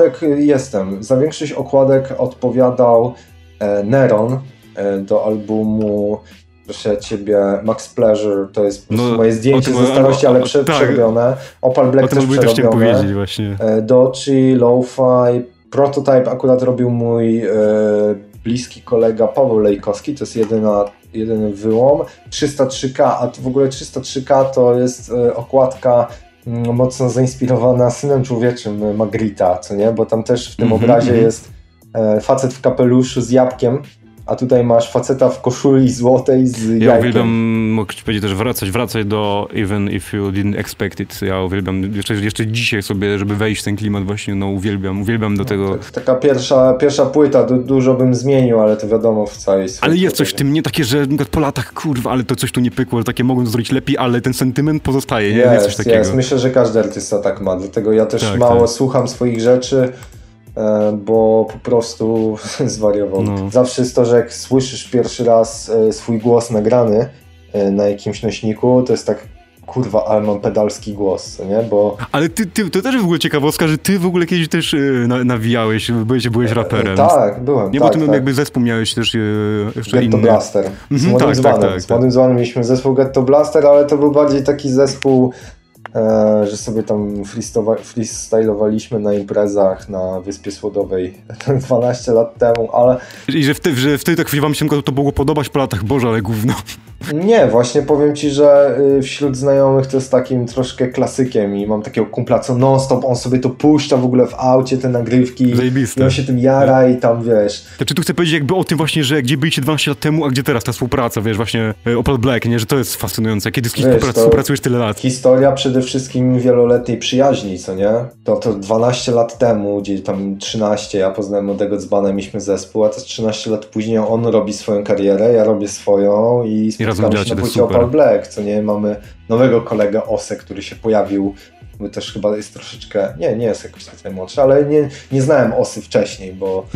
S3: okładek odpowiadał Neron do albumu, proszę ciebie, Max Pleasure, to jest moje zdjęcie ze starości, ale przerobione. Opal Black też przerobione.
S2: Właśnie.
S3: Dochi, Lo-Fi, Prototype akurat robił mój bliski kolega Paweł Lejkowski, to jest jedyny wyłom. 303K, a w ogóle 303K to jest okładka mocno zainspirowana Synem Człowieczym Magritta, co nie? Bo tam też w tym obrazie jest facet w kapeluszu z jabłkiem, a tutaj masz faceta w koszuli złotej z jajkiem. Ja
S2: uwielbiam, mogę ci powiedzieć też wracać do Even If You Didn't Expect It. Ja uwielbiam, jeszcze dzisiaj sobie, żeby wejść w ten klimat właśnie, no uwielbiam do tego.
S3: Taka pierwsza płyta, dużo bym zmienił, ale to wiadomo w całej swojej.
S2: Ale jest coś w tym, nie takie, że po latach, kurwa, ale to coś tu nie pykło, że takie mogłem zrobić lepiej, ale ten sentyment pozostaje, nie? Jest coś takiego.
S3: Myślę, że każdy artysta tak ma, dlatego ja też mało słucham swoich rzeczy, bo po prostu zwariował.
S2: No.
S3: Zawsze jest to, że jak słyszysz pierwszy raz swój głos nagrany na jakimś nośniku, to jest tak, kurwa, ale mam pedalski głos, nie? Bo...
S2: Ale to też w ogóle ciekawostka, że ty w ogóle kiedyś też nawijałeś, byłeś raperem.
S3: Tak, byłem.
S2: Nie,
S3: tak,
S2: bo ty
S3: tak.
S2: jakby zespół miałeś też jeszcze
S3: Ghetto
S2: inny.
S3: Blaster. Z Młodym Dzbanem. Z Młodym Dzbanem mieliśmy zespół Ghetto Blaster, ale to był bardziej taki zespół, że sobie tam freestylowaliśmy na imprezach na Wyspie Słodowej 12 lat temu, ale...
S2: I że wtedy tak wam się to było podobać po latach, Boże, ale gówno.
S3: Nie, właśnie powiem ci, że wśród znajomych to jest takim troszkę klasykiem i mam takiego kumpla, co non-stop, on sobie to puszcza w ogóle w aucie, te nagrywki.
S2: Zajebiste.
S3: I on się tym jara i tam, wiesz...
S2: To czy tu chcę powiedzieć jakby o tym właśnie, że gdzie byliście 12 lat temu, a gdzie teraz ta współpraca, wiesz, właśnie Opel Black, nie, że to jest fascynujące, kiedy z kimś współpracujesz tyle lat.
S3: Historia przede wszystkim wieloletniej przyjaźni, co nie? To 12 lat temu, gdzie tam 13, ja poznałem Młodego Dzbana, mieliśmy zespół, a to 13 lat później on robi swoją karierę, ja robię swoją i spotkamy się na płycie Opel Black, co nie? Mamy nowego kolegę Osę, który się pojawił, bo też chyba jest troszeczkę, nie jest jakoś tutaj młodszy, ale nie znałem Osy wcześniej, bo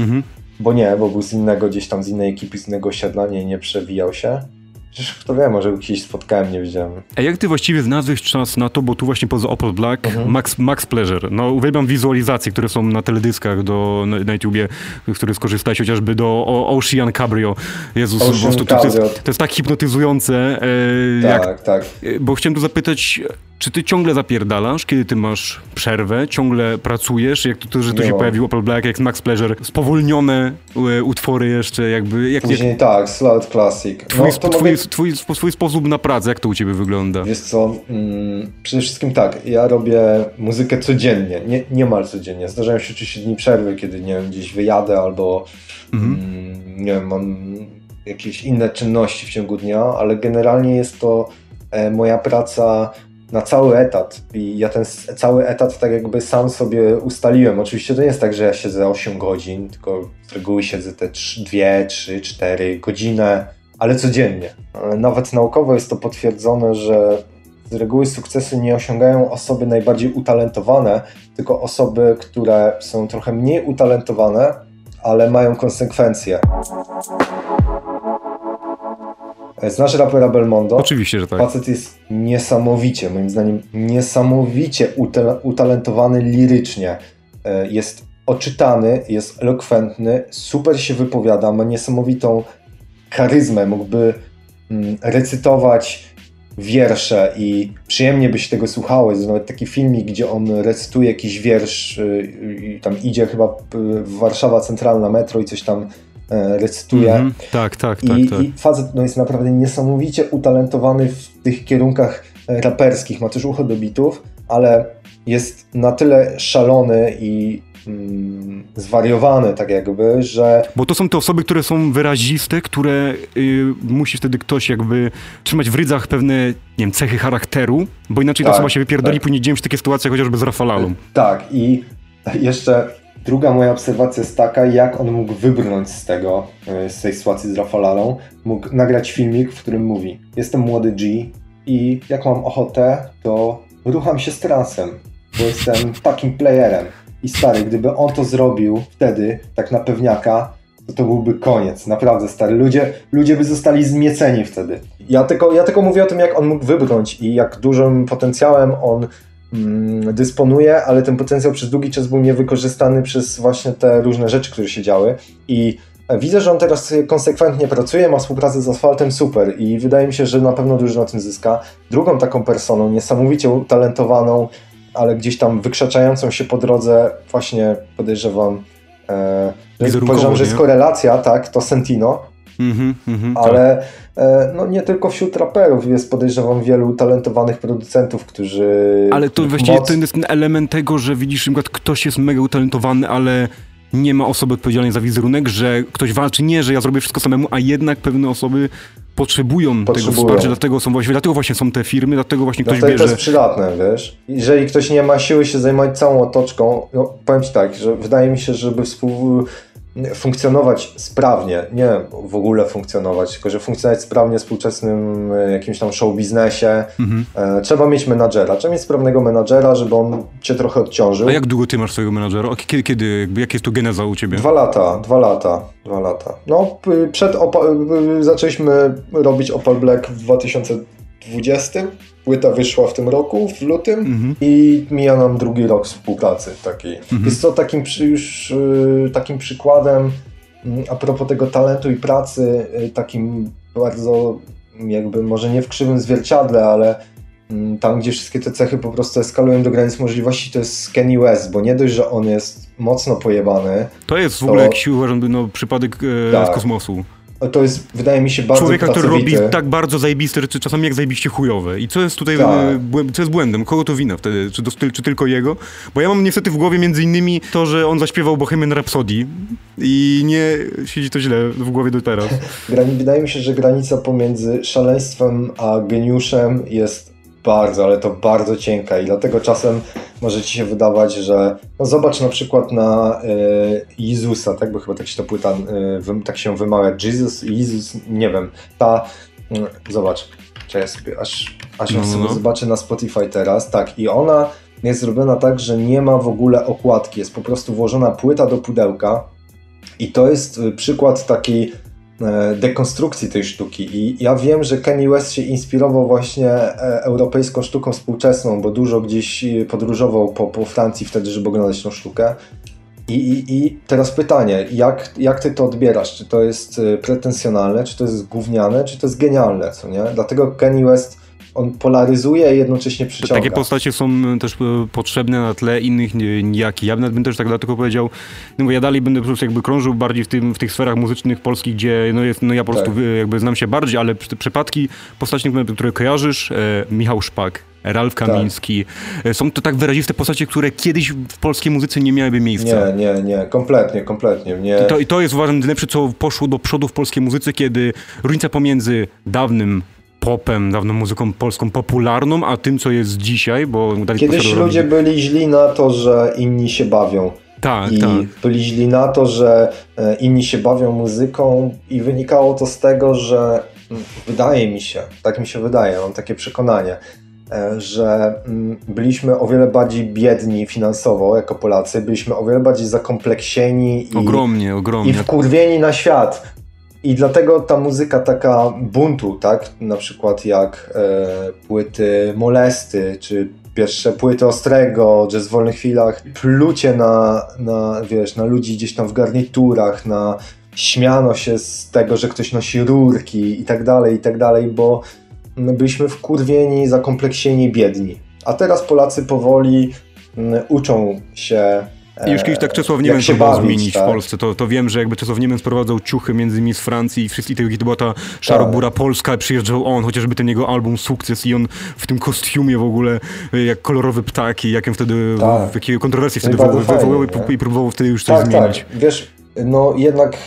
S3: był z innego, gdzieś tam z innej ekipy, z innego osiedla, nie przewijał się. Przecież kto wie, może gdzieś spotkałem, nie wiedziałem.
S2: A jak ty właściwie znalazłeś czas na to, bo tu właśnie poza Opel Black, Max Pleasure. No uwielbiam wizualizacje, które są na teledyskach na YouTubie, które skorzystałeś chociażby do Ocean Cabrio. Jezus, po prostu to jest tak hipnotyzujące.
S3: Tak.
S2: Bo chciałem tu zapytać, czy ty ciągle zapierdalasz, kiedy ty masz przerwę, ciągle pracujesz, jak że tu się pojawił Opel Black, jak Max Pleasure, spowolnione utwory jeszcze jakby...
S3: Później tak, Slow Classic.
S2: Twój sposób na pracę, jak to u ciebie wygląda?
S3: Wiesz co, przede wszystkim tak, ja robię muzykę codziennie, niemal codziennie. Zdarzają się oczywiście dni przerwy, kiedy nie wiem, gdzieś wyjadę albo nie wiem, mam jakieś inne czynności w ciągu dnia, ale generalnie jest to moja praca na cały etat i ja ten cały etat tak jakby sam sobie ustaliłem. Oczywiście to nie jest tak, że ja siedzę 8 godzin, tylko z reguły siedzę te 2, 3, 4 godziny, ale codziennie. Nawet naukowo jest to potwierdzone, że z reguły sukcesu nie osiągają osoby najbardziej utalentowane, tylko osoby, które są trochę mniej utalentowane, ale mają konsekwencje. Znasz rapera Belmondo?
S2: Oczywiście, że tak.
S3: Facet jest niesamowicie, moim zdaniem, niesamowicie utalentowany lirycznie. Jest oczytany, jest elokwentny, super się wypowiada, ma niesamowitą charyzmę, mógłby recytować wiersze i przyjemnie by się tego słuchało. Jest nawet taki filmik, gdzie on recytuje jakiś wiersz i tam idzie chyba w Warszawa Centralna metro i coś tam recytuje.
S2: Tak.
S3: I facet jest naprawdę niesamowicie utalentowany w tych kierunkach raperskich. Ma też ucho do bitów, ale jest na tyle szalony i zwariowany tak jakby, że...
S2: Bo to są te osoby, które są wyraziste, które musi wtedy ktoś jakby trzymać w rydzach pewne, nie wiem, cechy charakteru, bo inaczej ta osoba się wypierdoli, później dzieją się takie sytuacje chociażby z Rafalalą.
S3: Tak, i jeszcze druga moja obserwacja jest taka, jak on mógł wybrnąć z tej sytuacji z Rafalalą. Mógł nagrać filmik, w którym mówi: jestem młody G i jak mam ochotę, to rucham się z transem, bo jestem takim playerem. I stary, gdyby on to zrobił wtedy, tak na pewniaka, to byłby koniec. Naprawdę, stary. Ludzie by zostali zmieceni wtedy. Ja tylko mówię o tym, jak on mógł wybrnąć i jak dużym potencjałem on dysponuje, ale ten potencjał przez długi czas był niewykorzystany przez właśnie te różne rzeczy, które się działy. I widzę, że on teraz konsekwentnie pracuje, ma współpracę z Asfaltem, super. I wydaje mi się, że na pewno dużo na tym zyska. Drugą taką personą, niesamowicie utalentowaną, ale gdzieś tam wykrzaczającą się po drodze, właśnie podejrzewam, że jest korelacja, tak, to Sentino, ale nie tylko wśród raperów jest, podejrzewam, wielu utalentowanych producentów, którzy...
S2: Ale to właściwie to jest ten element tego, że widzisz, że ktoś jest mega utalentowany, ale nie ma osoby odpowiedzialnej za wizerunek, że ktoś walczy, nie, że ja zrobię wszystko samemu, a jednak pewne osoby potrzebują tego wsparcia, dlatego właśnie są te firmy, dlatego właśnie ktoś bierze...
S3: To jest przydatne, wiesz. Jeżeli ktoś nie ma siły się zajmować całą otoczką, powiem ci tak, że wydaje mi się, żeby funkcjonować sprawnie, nie w ogóle funkcjonować, tylko że funkcjonować sprawnie w współczesnym jakimś tam show biznesie, trzeba mieć menadżera, trzeba mieć sprawnego menadżera, żeby on cię trochę odciążył.
S2: A jak długo ty masz swojego menadżera? Kiedy jak jest tu geneza u ciebie?
S3: 2 lata. No, zaczęliśmy robić Opal Black w 2020. Płyta wyszła w tym roku, w lutym i mija nam 2. rok współpracy takiej. Jest to takim przykładem a propos tego talentu i pracy, takim bardzo jakby może nie w krzywym zwierciadle, ale tam, gdzie wszystkie te cechy po prostu eskalują do granic możliwości, to jest Kanye West, bo nie dość, że on jest mocno pojebany.
S2: To jest w ogóle jakiś, uważam, przypadek z kosmosu.
S3: To jest, wydaje mi się, bardzo
S2: człowieka,
S3: pracowity.
S2: który robi tak bardzo zajebiste rzeczy, czasami jak zajebiście chujowe. I co jest tutaj, co jest błędem? Kogo to wina wtedy? Czy tylko jego? Bo ja mam niestety w głowie między innymi to, że on zaśpiewał Bohemian Rhapsody i nie siedzi to źle w głowie do teraz.
S3: Wydaje mi się, że granica pomiędzy szaleństwem a geniuszem jest bardzo, ale to bardzo cienka i dlatego czasem może ci się wydawać, że no zobacz na przykład na Jezusa, tak? Bo chyba tak się ta płyta tak się wymawia, Jezus, nie wiem, zobacz, czekaj sobie, aż ja sobie zobaczę na Spotify teraz, tak, i ona jest zrobiona tak, że nie ma w ogóle okładki, jest po prostu włożona płyta do pudełka i to jest przykład takiej dekonstrukcji tej sztuki i ja wiem, że Kanye West się inspirował właśnie europejską sztuką współczesną, bo dużo gdzieś podróżował po Francji wtedy, żeby oglądać tą sztukę i teraz pytanie, jak ty to odbierasz? Czy to jest pretensjonalne, czy to jest gówniane, czy to jest genialne, co nie? Dlatego Kanye West on polaryzuje i jednocześnie przyciąga.
S2: Takie postacie są też potrzebne na tle innych nijakich. Ja bym też tak dlatego powiedział, no bo ja dalej będę po prostu jakby krążył bardziej w tych sferach muzycznych polskich, gdzie ja po prostu jakby znam się bardziej, ale przypadki postaci, które kojarzysz, Michał Szpak, Ralf Kamiński, są to tak wyraziste postacie, które kiedyś w polskiej muzyce nie miałyby miejsca.
S3: Nie, kompletnie.
S2: I to jest uważam najlepsze, co poszło do przodu w polskiej muzyce, kiedy różnica pomiędzy dawnym popem, dawną muzyką polską popularną, a tym, co jest dzisiaj, bo...
S3: Kiedyś ludzie byli źli na to, że inni się bawią.
S2: Tak.
S3: Byli źli na to, że inni się bawią muzyką i wynikało to z tego, że wydaje mi się, tak mi się wydaje, mam takie przekonanie, że byliśmy o wiele bardziej biedni finansowo jako Polacy, byliśmy o wiele bardziej zakompleksieni
S2: ogromnie.
S3: I wkurwieni na świat. I dlatego ta muzyka taka buntu, tak? Na przykład jak płyty Molesty, czy pierwsze płyty Ostrego, Jazz w wolnych chwilach, plucie na ludzi gdzieś tam w garniturach, śmiano się z tego, że ktoś nosi rurki i tak dalej, bo byliśmy wkurwieni, zakompleksieni, biedni. A teraz Polacy powoli uczą się.
S2: I już kiedyś tak Czesław Niemiec próbował zmienić w Polsce. To wiem, że jakby Czesław Niemiec sprowadzał ciuchy między innymi z Francji i wszystkich to była ta szarobura polska, przyjeżdżał on, chociażby ten jego album Sukces i on w tym kostiumie w ogóle, jak kolorowy ptak i jakie wtedy, jakie kontrowersje wtedy wywołały i próbował wtedy już coś zmienić.
S3: Tak. Wiesz, no jednak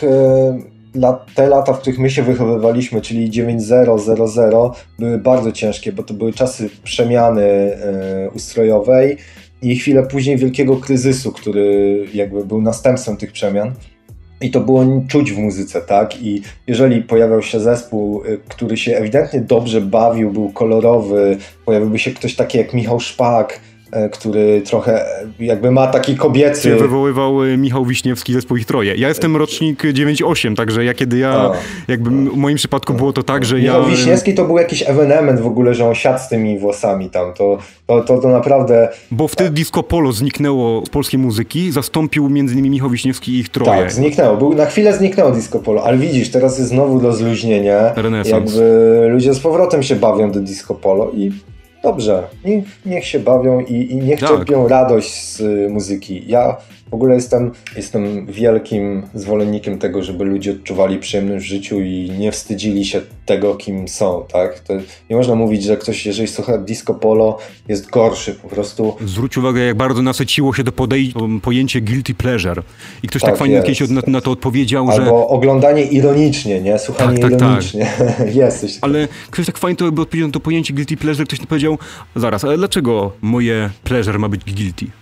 S3: te lata, w których my się wychowywaliśmy, czyli 9-0, były bardzo ciężkie, bo to były czasy przemiany ustrojowej i chwilę później wielkiego kryzysu, który jakby był następstwem tych przemian. I to było czuć w muzyce, tak? I jeżeli pojawiał się zespół, który się ewidentnie dobrze bawił, był kolorowy, pojawiłby się ktoś taki jak Michał Szpak, który trochę jakby ma taki kobiecy...
S2: Wywoływał Michał Wiśniewski, zespół Ich Troje. Ja jestem rocznik 9-8, także jakby w moim przypadku było to tak, że
S3: Michał Wiśniewski to był jakiś ewenement w ogóle, że on siadł z tymi włosami tam, to naprawdę...
S2: Bo wtedy disco polo zniknęło z polskiej muzyki, zastąpił między innymi Michał Wiśniewski i Ich Troje.
S3: Tak, zniknęło, na chwilę zniknęło disco polo, ale widzisz, teraz jest znowu rozluźnienie,
S2: renesans.
S3: Jakby ludzie z powrotem się bawią do disco polo i dobrze, niech się bawią i niech czerpią radość z muzyki. Ja w ogóle jestem wielkim zwolennikiem tego, żeby ludzie odczuwali przyjemność w życiu i nie wstydzili się tego, kim są, tak? To nie można mówić, że ktoś, jeżeli słucha disco polo, jest gorszy, po prostu...
S2: Zwróć uwagę, jak bardzo nasyciło się to pojęcie guilty pleasure. I ktoś tak fajnie kiedyś na to odpowiedział, że...
S3: Albo oglądanie ironicznie, nie? Słuchanie ironicznie. Jest.
S2: Ale ktoś tak fajnie to jakby odpowiedział na to pojęcie guilty pleasure, ktoś powiedział, zaraz, ale dlaczego moje pleasure ma być guilty?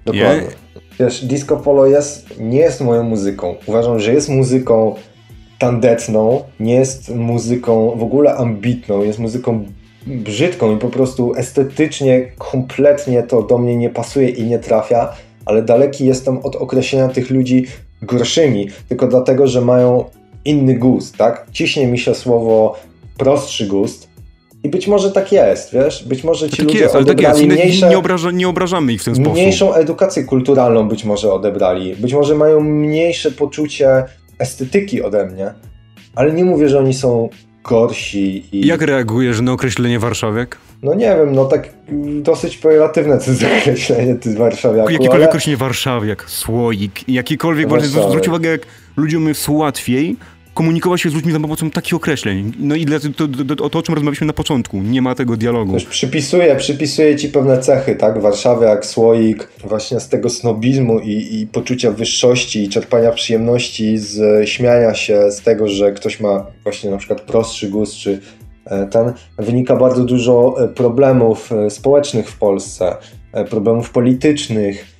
S3: Dokładnie. Wiesz, disco polo nie jest moją muzyką. Uważam, że jest muzyką tandetną, nie jest muzyką w ogóle ambitną, jest muzyką brzydką i po prostu estetycznie kompletnie to do mnie nie pasuje i nie trafia, ale daleki jestem od określenia tych ludzi gorszymi, tylko dlatego, że mają inny gust, tak? Ciśnie mi się słowo prostszy gust i być może tak jest, wiesz? Być może ci ludzie odebrali
S2: nie obrażamy ich w ten sposób.
S3: Mniejszą edukację kulturalną być może odebrali, być może mają mniejsze poczucie estetyki ode mnie, ale nie mówię, że oni są gorsi.
S2: Jak reagujesz na określenie warszawiak?
S3: No nie wiem, no tak dosyć pejoratywne to jest określenie warszawiaku.
S2: Jakikolwiek określenie warszawiak, słoik, jakikolwiek, właśnie zwróć uwagę, jak ludziom jest łatwiej komunikować się z ludźmi za pomocą takich określeń. No i to, o czym rozmawialiśmy na początku. Nie ma tego dialogu.
S3: Też przypisuje ci pewne cechy, tak? Warszawiak, słoik, właśnie z tego snobizmu i poczucia wyższości i czerpania przyjemności z śmiania się z tego, że ktoś ma właśnie na przykład prostszy gust, czy wynika bardzo dużo problemów społecznych w Polsce, problemów politycznych,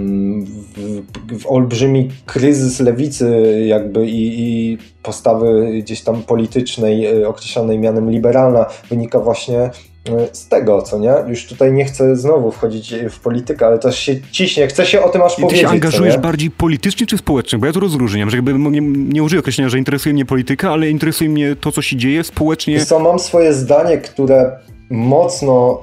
S3: w olbrzymi kryzys lewicy jakby i postawy gdzieś tam politycznej określanej mianem liberalna wynika właśnie z tego, co nie? Już tutaj nie chcę znowu wchodzić w politykę, ale też się ciśnie, chcę się o tym aż powiedzieć.
S2: Ty się angażujesz bardziej politycznie czy społecznie? Bo ja to rozróżniam, że jakby nie użyję określenia, że interesuje mnie polityka, ale interesuje mnie to, co się dzieje społecznie.
S3: Mam swoje zdanie, które mocno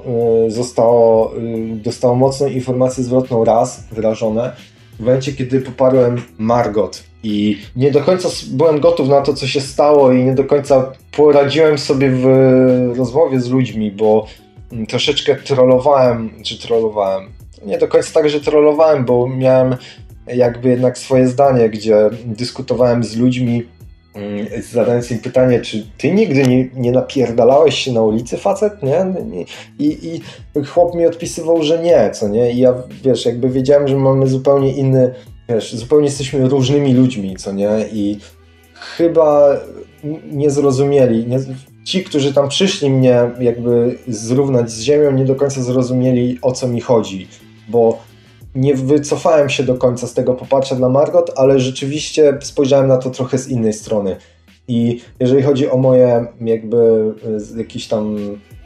S3: dostało mocną informację zwrotną raz wyrażone w momencie, kiedy poparłem Margot i nie do końca byłem gotów na to, co się stało i nie do końca poradziłem sobie w rozmowie z ludźmi, bo troszeczkę trollowałem, nie do końca tak, że trollowałem, bo miałem jakby jednak swoje zdanie, gdzie dyskutowałem z ludźmi, zadając im pytanie, czy ty nigdy nie napierdalałeś się na ulicy, facet, nie? I chłop mi odpisywał, że nie, co nie? I ja, wiesz, jakby wiedziałem, że mamy zupełnie inny, wiesz, zupełnie jesteśmy różnymi ludźmi, co nie? I chyba nie zrozumieli, ci, którzy tam przyszli mnie jakby zrównać z ziemią, nie do końca zrozumieli, o co mi chodzi, bo nie wycofałem się do końca z tego poparcia dla Margot, ale rzeczywiście spojrzałem na to trochę z innej strony. I jeżeli chodzi o moje jakby jakiś tam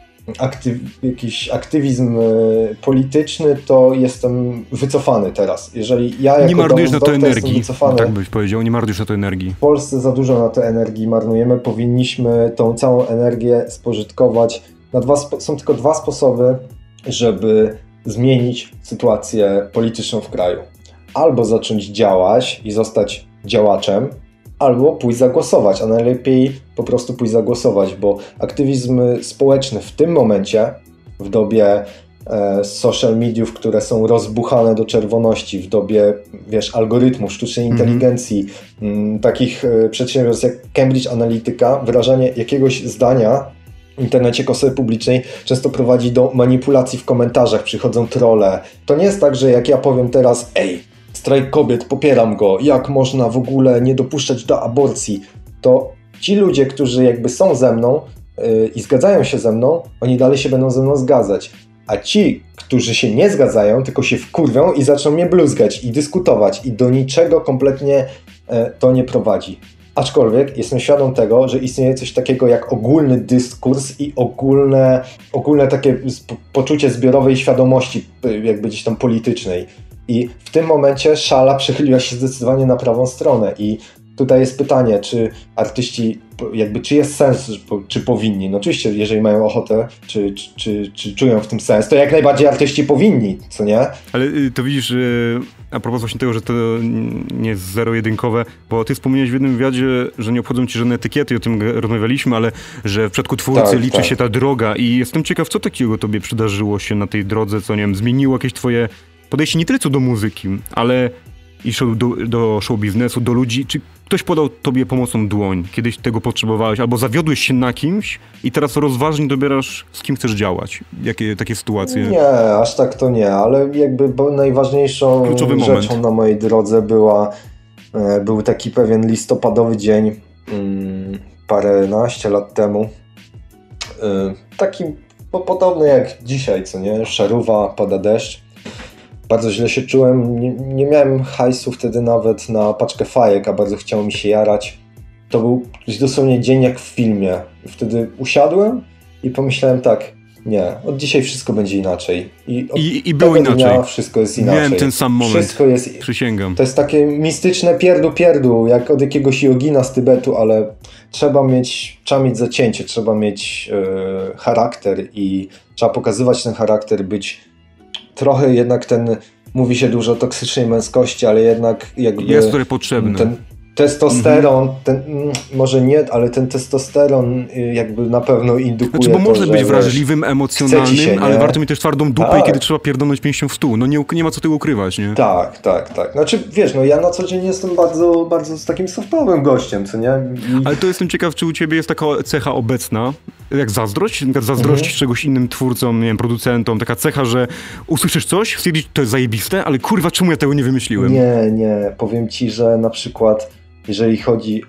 S3: jakiś aktywizm polityczny, to jestem wycofany teraz. Jeżeli ja jako
S2: nie marnujesz na to energii,
S3: wycofany,
S2: tak byś powiedział, nie marnujesz na to energii.
S3: W Polsce za dużo na to energii marnujemy, powinniśmy tą całą energię spożytkować. Są tylko dwa sposoby, żeby zmienić sytuację polityczną w kraju. Albo zacząć działać i zostać działaczem, albo pójść zagłosować, a najlepiej po prostu pójść zagłosować, bo aktywizm społeczny w tym momencie, w dobie social mediów, które są rozbuchane do czerwoności, w dobie, wiesz, algorytmów, sztucznej inteligencji, takich przedsiębiorstw jak Cambridge Analytica, wyrażanie jakiegoś zdania w internecie k osoby publicznej często prowadzi do manipulacji w komentarzach, przychodzą trolle. To nie jest tak, że jak ja powiem teraz, strajk kobiet, popieram go, jak można w ogóle nie dopuszczać do aborcji, to ci ludzie, którzy jakby są ze mną i zgadzają się ze mną, oni dalej się będą ze mną zgadzać. A ci, którzy się nie zgadzają, tylko się wkurwią i zaczną mnie bluzgać i dyskutować i do niczego kompletnie to nie prowadzi. Aczkolwiek jestem świadom tego, że istnieje coś takiego jak ogólny dyskurs i ogólne takie poczucie zbiorowej świadomości jakby gdzieś tam politycznej. I w tym momencie szala przechyliła się zdecydowanie na prawą stronę i tutaj jest pytanie, czy artyści, jakby czy jest sens, czy powinni. No oczywiście, jeżeli mają ochotę, czy czują w tym sens, to jak najbardziej artyści powinni, co nie?
S2: Ale to widzisz, a propos właśnie tego, że to nie jest zero-jedynkowe, bo ty wspomniałeś w jednym wywiadzie, że nie obchodzą ci żadne etykiety, o tym rozmawialiśmy, ale że w przypadku twórcy liczy się ta droga i jestem ciekaw, co takiego tobie przydarzyło się na tej drodze, co nie wiem, zmieniło jakieś twoje podejście nie tyle co do muzyki, ale i do show biznesu, do ludzi. Czy ktoś podał tobie pomocną dłoń? Kiedyś tego potrzebowałeś? Albo zawiodłeś się na kimś i teraz rozważnie dobierasz, z kim chcesz działać? Jakie takie sytuacje?
S3: Nie, aż tak to nie, ale jakby najważniejszą rzeczą na mojej drodze był taki pewien listopadowy dzień paręnaście lat temu. Taki podobny jak dzisiaj, co nie? Szaruwa, pada deszcz. bardzo źle się czułem, nie miałem hajsu wtedy nawet na paczkę fajek, a bardzo chciało mi się jarać. To był dosłownie dzień jak w filmie. Wtedy usiadłem i pomyślałem tak, nie, od dzisiaj wszystko będzie inaczej.
S2: I było inaczej.
S3: Wszystko jest inaczej.
S2: Miałem ten sam moment,
S3: wszystko jest,
S2: przysięgam.
S3: To jest takie mistyczne pierdu, jak od jakiegoś jogina z Tybetu, ale trzeba mieć zacięcie, trzeba mieć charakter i trzeba pokazywać ten charakter, być trochę jednak mówi się dużo o toksycznej męskości, ale jednak jakby...
S2: Jest który potrzebny.
S3: Ten testosteron, może nie, ale ten testosteron jakby na pewno indukuje
S2: znaczy, bo
S3: to,
S2: można
S3: że
S2: być wrażliwym, emocjonalnym,
S3: się,
S2: ale warto mieć też twardą dupę
S3: tak.
S2: I kiedy trzeba pierdolnąć pięścią w stół. No nie ma co tego ukrywać, nie?
S3: Tak. Znaczy, wiesz, ja na co dzień jestem bardzo, bardzo z takim softowym gościem, co nie?
S2: Ale to jestem ciekaw, czy u ciebie jest taka cecha obecna, jak zazdrość? Na przykład zazdrościć czegoś innym twórcom, nie wiem, producentom, taka cecha, że usłyszysz coś, stwierdzisz, to jest zajebiste, ale kurwa, czemu ja tego nie wymyśliłem?
S3: Nie. Powiem ci, że na przykład jeżeli chodzi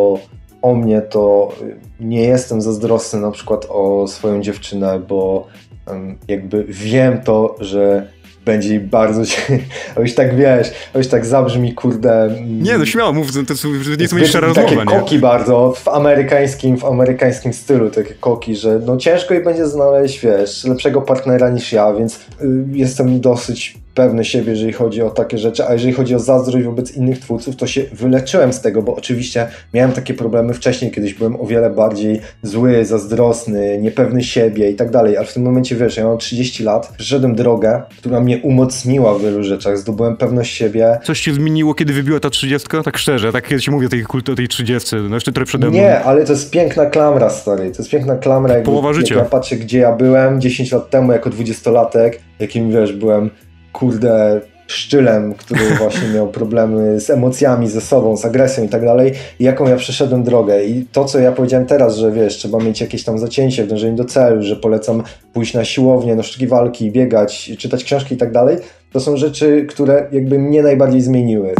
S3: o mnie, to nie jestem zazdrosny na przykład o swoją dziewczynę, bo jakby wiem to, że będzie jej bardzo... A już tak wiesz, a już tak zabrzmi, kurde...
S2: Nie, no śmiało, mów, to nie jest moja szczera rozmowa,
S3: takie koki bardzo, w amerykańskim stylu, takie koki, że no ciężko jej będzie znaleźć, wiesz, lepszego partnera niż ja, więc jestem dosyć pewny siebie, jeżeli chodzi o takie rzeczy, a jeżeli chodzi o zazdrość wobec innych twórców, to się wyleczyłem z tego, bo oczywiście miałem takie problemy wcześniej, kiedyś byłem o wiele bardziej zły, zazdrosny, niepewny siebie i tak dalej, ale w tym momencie, wiesz, ja mam 30 lat, przeszedłem drogę, która mnie umocniła w wielu rzeczach, zdobyłem pewność siebie.
S2: Coś się zmieniło, kiedy wybiła ta 30? Tak szczerze, tak kiedy się mówi o tej 30, no jeszcze trochę przede mną.
S3: Nie, ale to jest piękna klamra, stary, to jest piękna klamra,
S2: połowa życia.
S3: Jak ja patrzę, gdzie ja byłem 10 lat temu jako 20-latek, jakim, wiesz, byłem kurde szczylem, który właśnie miał problemy z emocjami, ze sobą, z agresją i tak dalej, i jaką ja przeszedłem drogę. I to, co ja powiedziałem teraz, że wiesz, trzeba mieć jakieś tam zacięcie w dążeniu do celu, że polecam pójść na siłownię, na sztuki walki, biegać, czytać książki i tak dalej, to są rzeczy, które jakby mnie najbardziej zmieniły.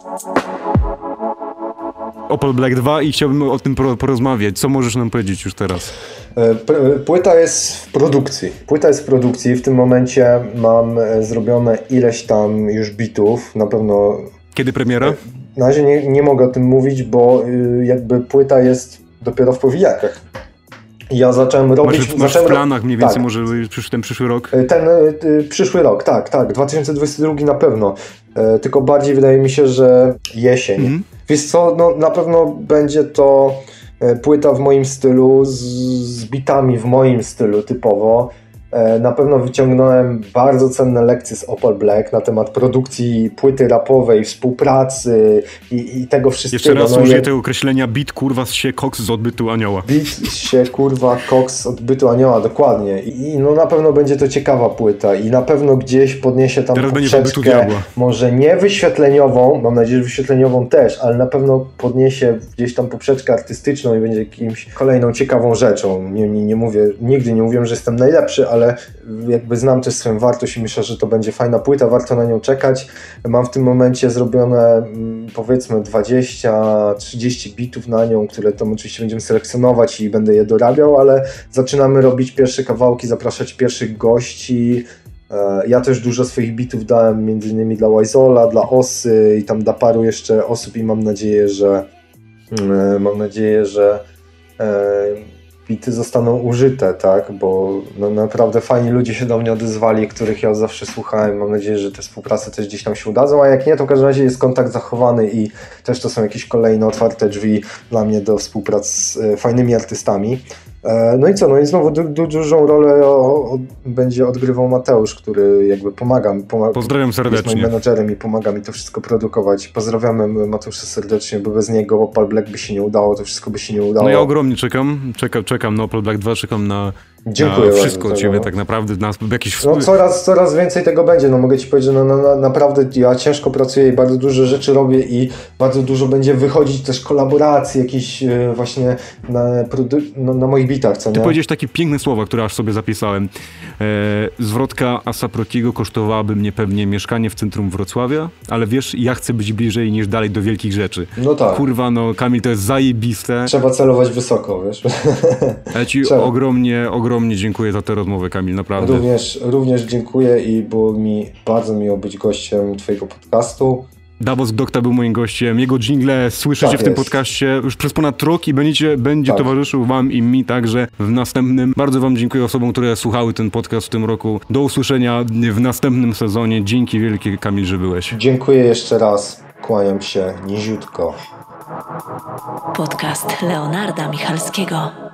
S2: Opel Black 2 i chciałbym o tym porozmawiać. Co możesz nam powiedzieć już teraz?
S3: Płyta jest w produkcji. W tym momencie mam zrobione ileś tam już bitów. Na pewno...
S2: Kiedy premiera?
S3: Na razie nie mogę o tym mówić, bo jakby płyta jest dopiero w powijakach. Ja zacząłem robić...
S2: Masz w planach mniej więcej, tak. Może ten przyszły rok?
S3: Przyszły rok, tak. 2022 na pewno. Tylko bardziej wydaje mi się, że jesień. Wiesz co, no na pewno będzie to płyta w moim stylu, z bitami w moim stylu typowo. Na pewno wyciągnąłem bardzo cenne lekcje z Opel Black na temat produkcji płyty rapowej, współpracy i tego wszystkiego.
S2: Jeszcze raz użyję tego określenia beat kurwa się koks z odbytu anioła.
S3: Beat się kurwa koks z odbytu anioła, dokładnie. I no na pewno będzie to ciekawa płyta i na pewno gdzieś podniesie tam poprzeczkę, może nie wyświetleniową, mam nadzieję, że wyświetleniową też, ale na pewno podniesie gdzieś tam poprzeczkę artystyczną i będzie jakimś kolejną ciekawą rzeczą. Nigdy nie mówię, że jestem najlepszy, ale jakby znam też swoją wartość i myślę, że to będzie fajna płyta, warto na nią czekać. Mam w tym momencie zrobione powiedzmy 20-30 bitów na nią, które tam oczywiście będziemy selekcjonować i będę je dorabiał, ale zaczynamy robić pierwsze kawałki, zapraszać pierwszych gości. Ja też dużo swoich bitów dałem, między innymi dla Wajzola, dla Osy i tam dla paru jeszcze osób i mam nadzieję, że bity zostaną użyte, tak, bo no, naprawdę fajni ludzie się do mnie odezwali, których ja zawsze słuchałem. Mam nadzieję, że te współprace też gdzieś tam się udadzą, a jak nie, to w każdym razie jest kontakt zachowany i też to są jakieś kolejne otwarte drzwi dla mnie do współpracy z fajnymi artystami. No i co, no i znowu dużą rolę będzie odgrywał Mateusz, który jakby pomaga
S2: pozdrawiam serdecznie.
S3: Jest moim menadżerem i pomaga mi to wszystko produkować. Pozdrawiamy Mateusza serdecznie, bo bez niego Opel Black by się nie udało, to wszystko by się nie udało.
S2: No ja ogromnie czekam na Opel Black 2, czekam na wszystko od ciebie tak naprawdę.
S3: No coraz więcej tego będzie, no mogę ci powiedzieć, że naprawdę ja ciężko pracuję i bardzo dużo rzeczy robię i bardzo dużo będzie wychodzić też kolaboracji jakieś właśnie na moich bitach, co nie?
S2: Ty powiedziałeś takie piękne słowa, które aż sobie zapisałem. Zwrotka Asa Protiego kosztowałaby mnie pewnie mieszkanie w centrum Wrocławia, ale wiesz, ja chcę być bliżej niż dalej do wielkich rzeczy.
S3: No tak.
S2: Kurwa, no Kamil, to jest zajebiste.
S3: Trzeba celować wysoko, wiesz?
S2: Ja ci ogromnie ogromnie dziękuję za tę rozmowę, Kamil, naprawdę.
S3: Również dziękuję i było mi bardzo miło być gościem twojego podcastu.
S2: Davos Dokta był moim gościem. Jego dżingle słyszycie
S3: tak
S2: w tym
S3: jest.
S2: podcaście już przez ponad rok i będzie
S3: tak.
S2: towarzyszył wam i mi także w następnym. Bardzo wam dziękuję osobom, które słuchały ten podcast w tym roku. Do usłyszenia w następnym sezonie. Dzięki wielkie, Kamil, że byłeś.
S3: Dziękuję jeszcze raz. Kłaniam się niziutko.
S1: Podcast Leonarda Michalskiego.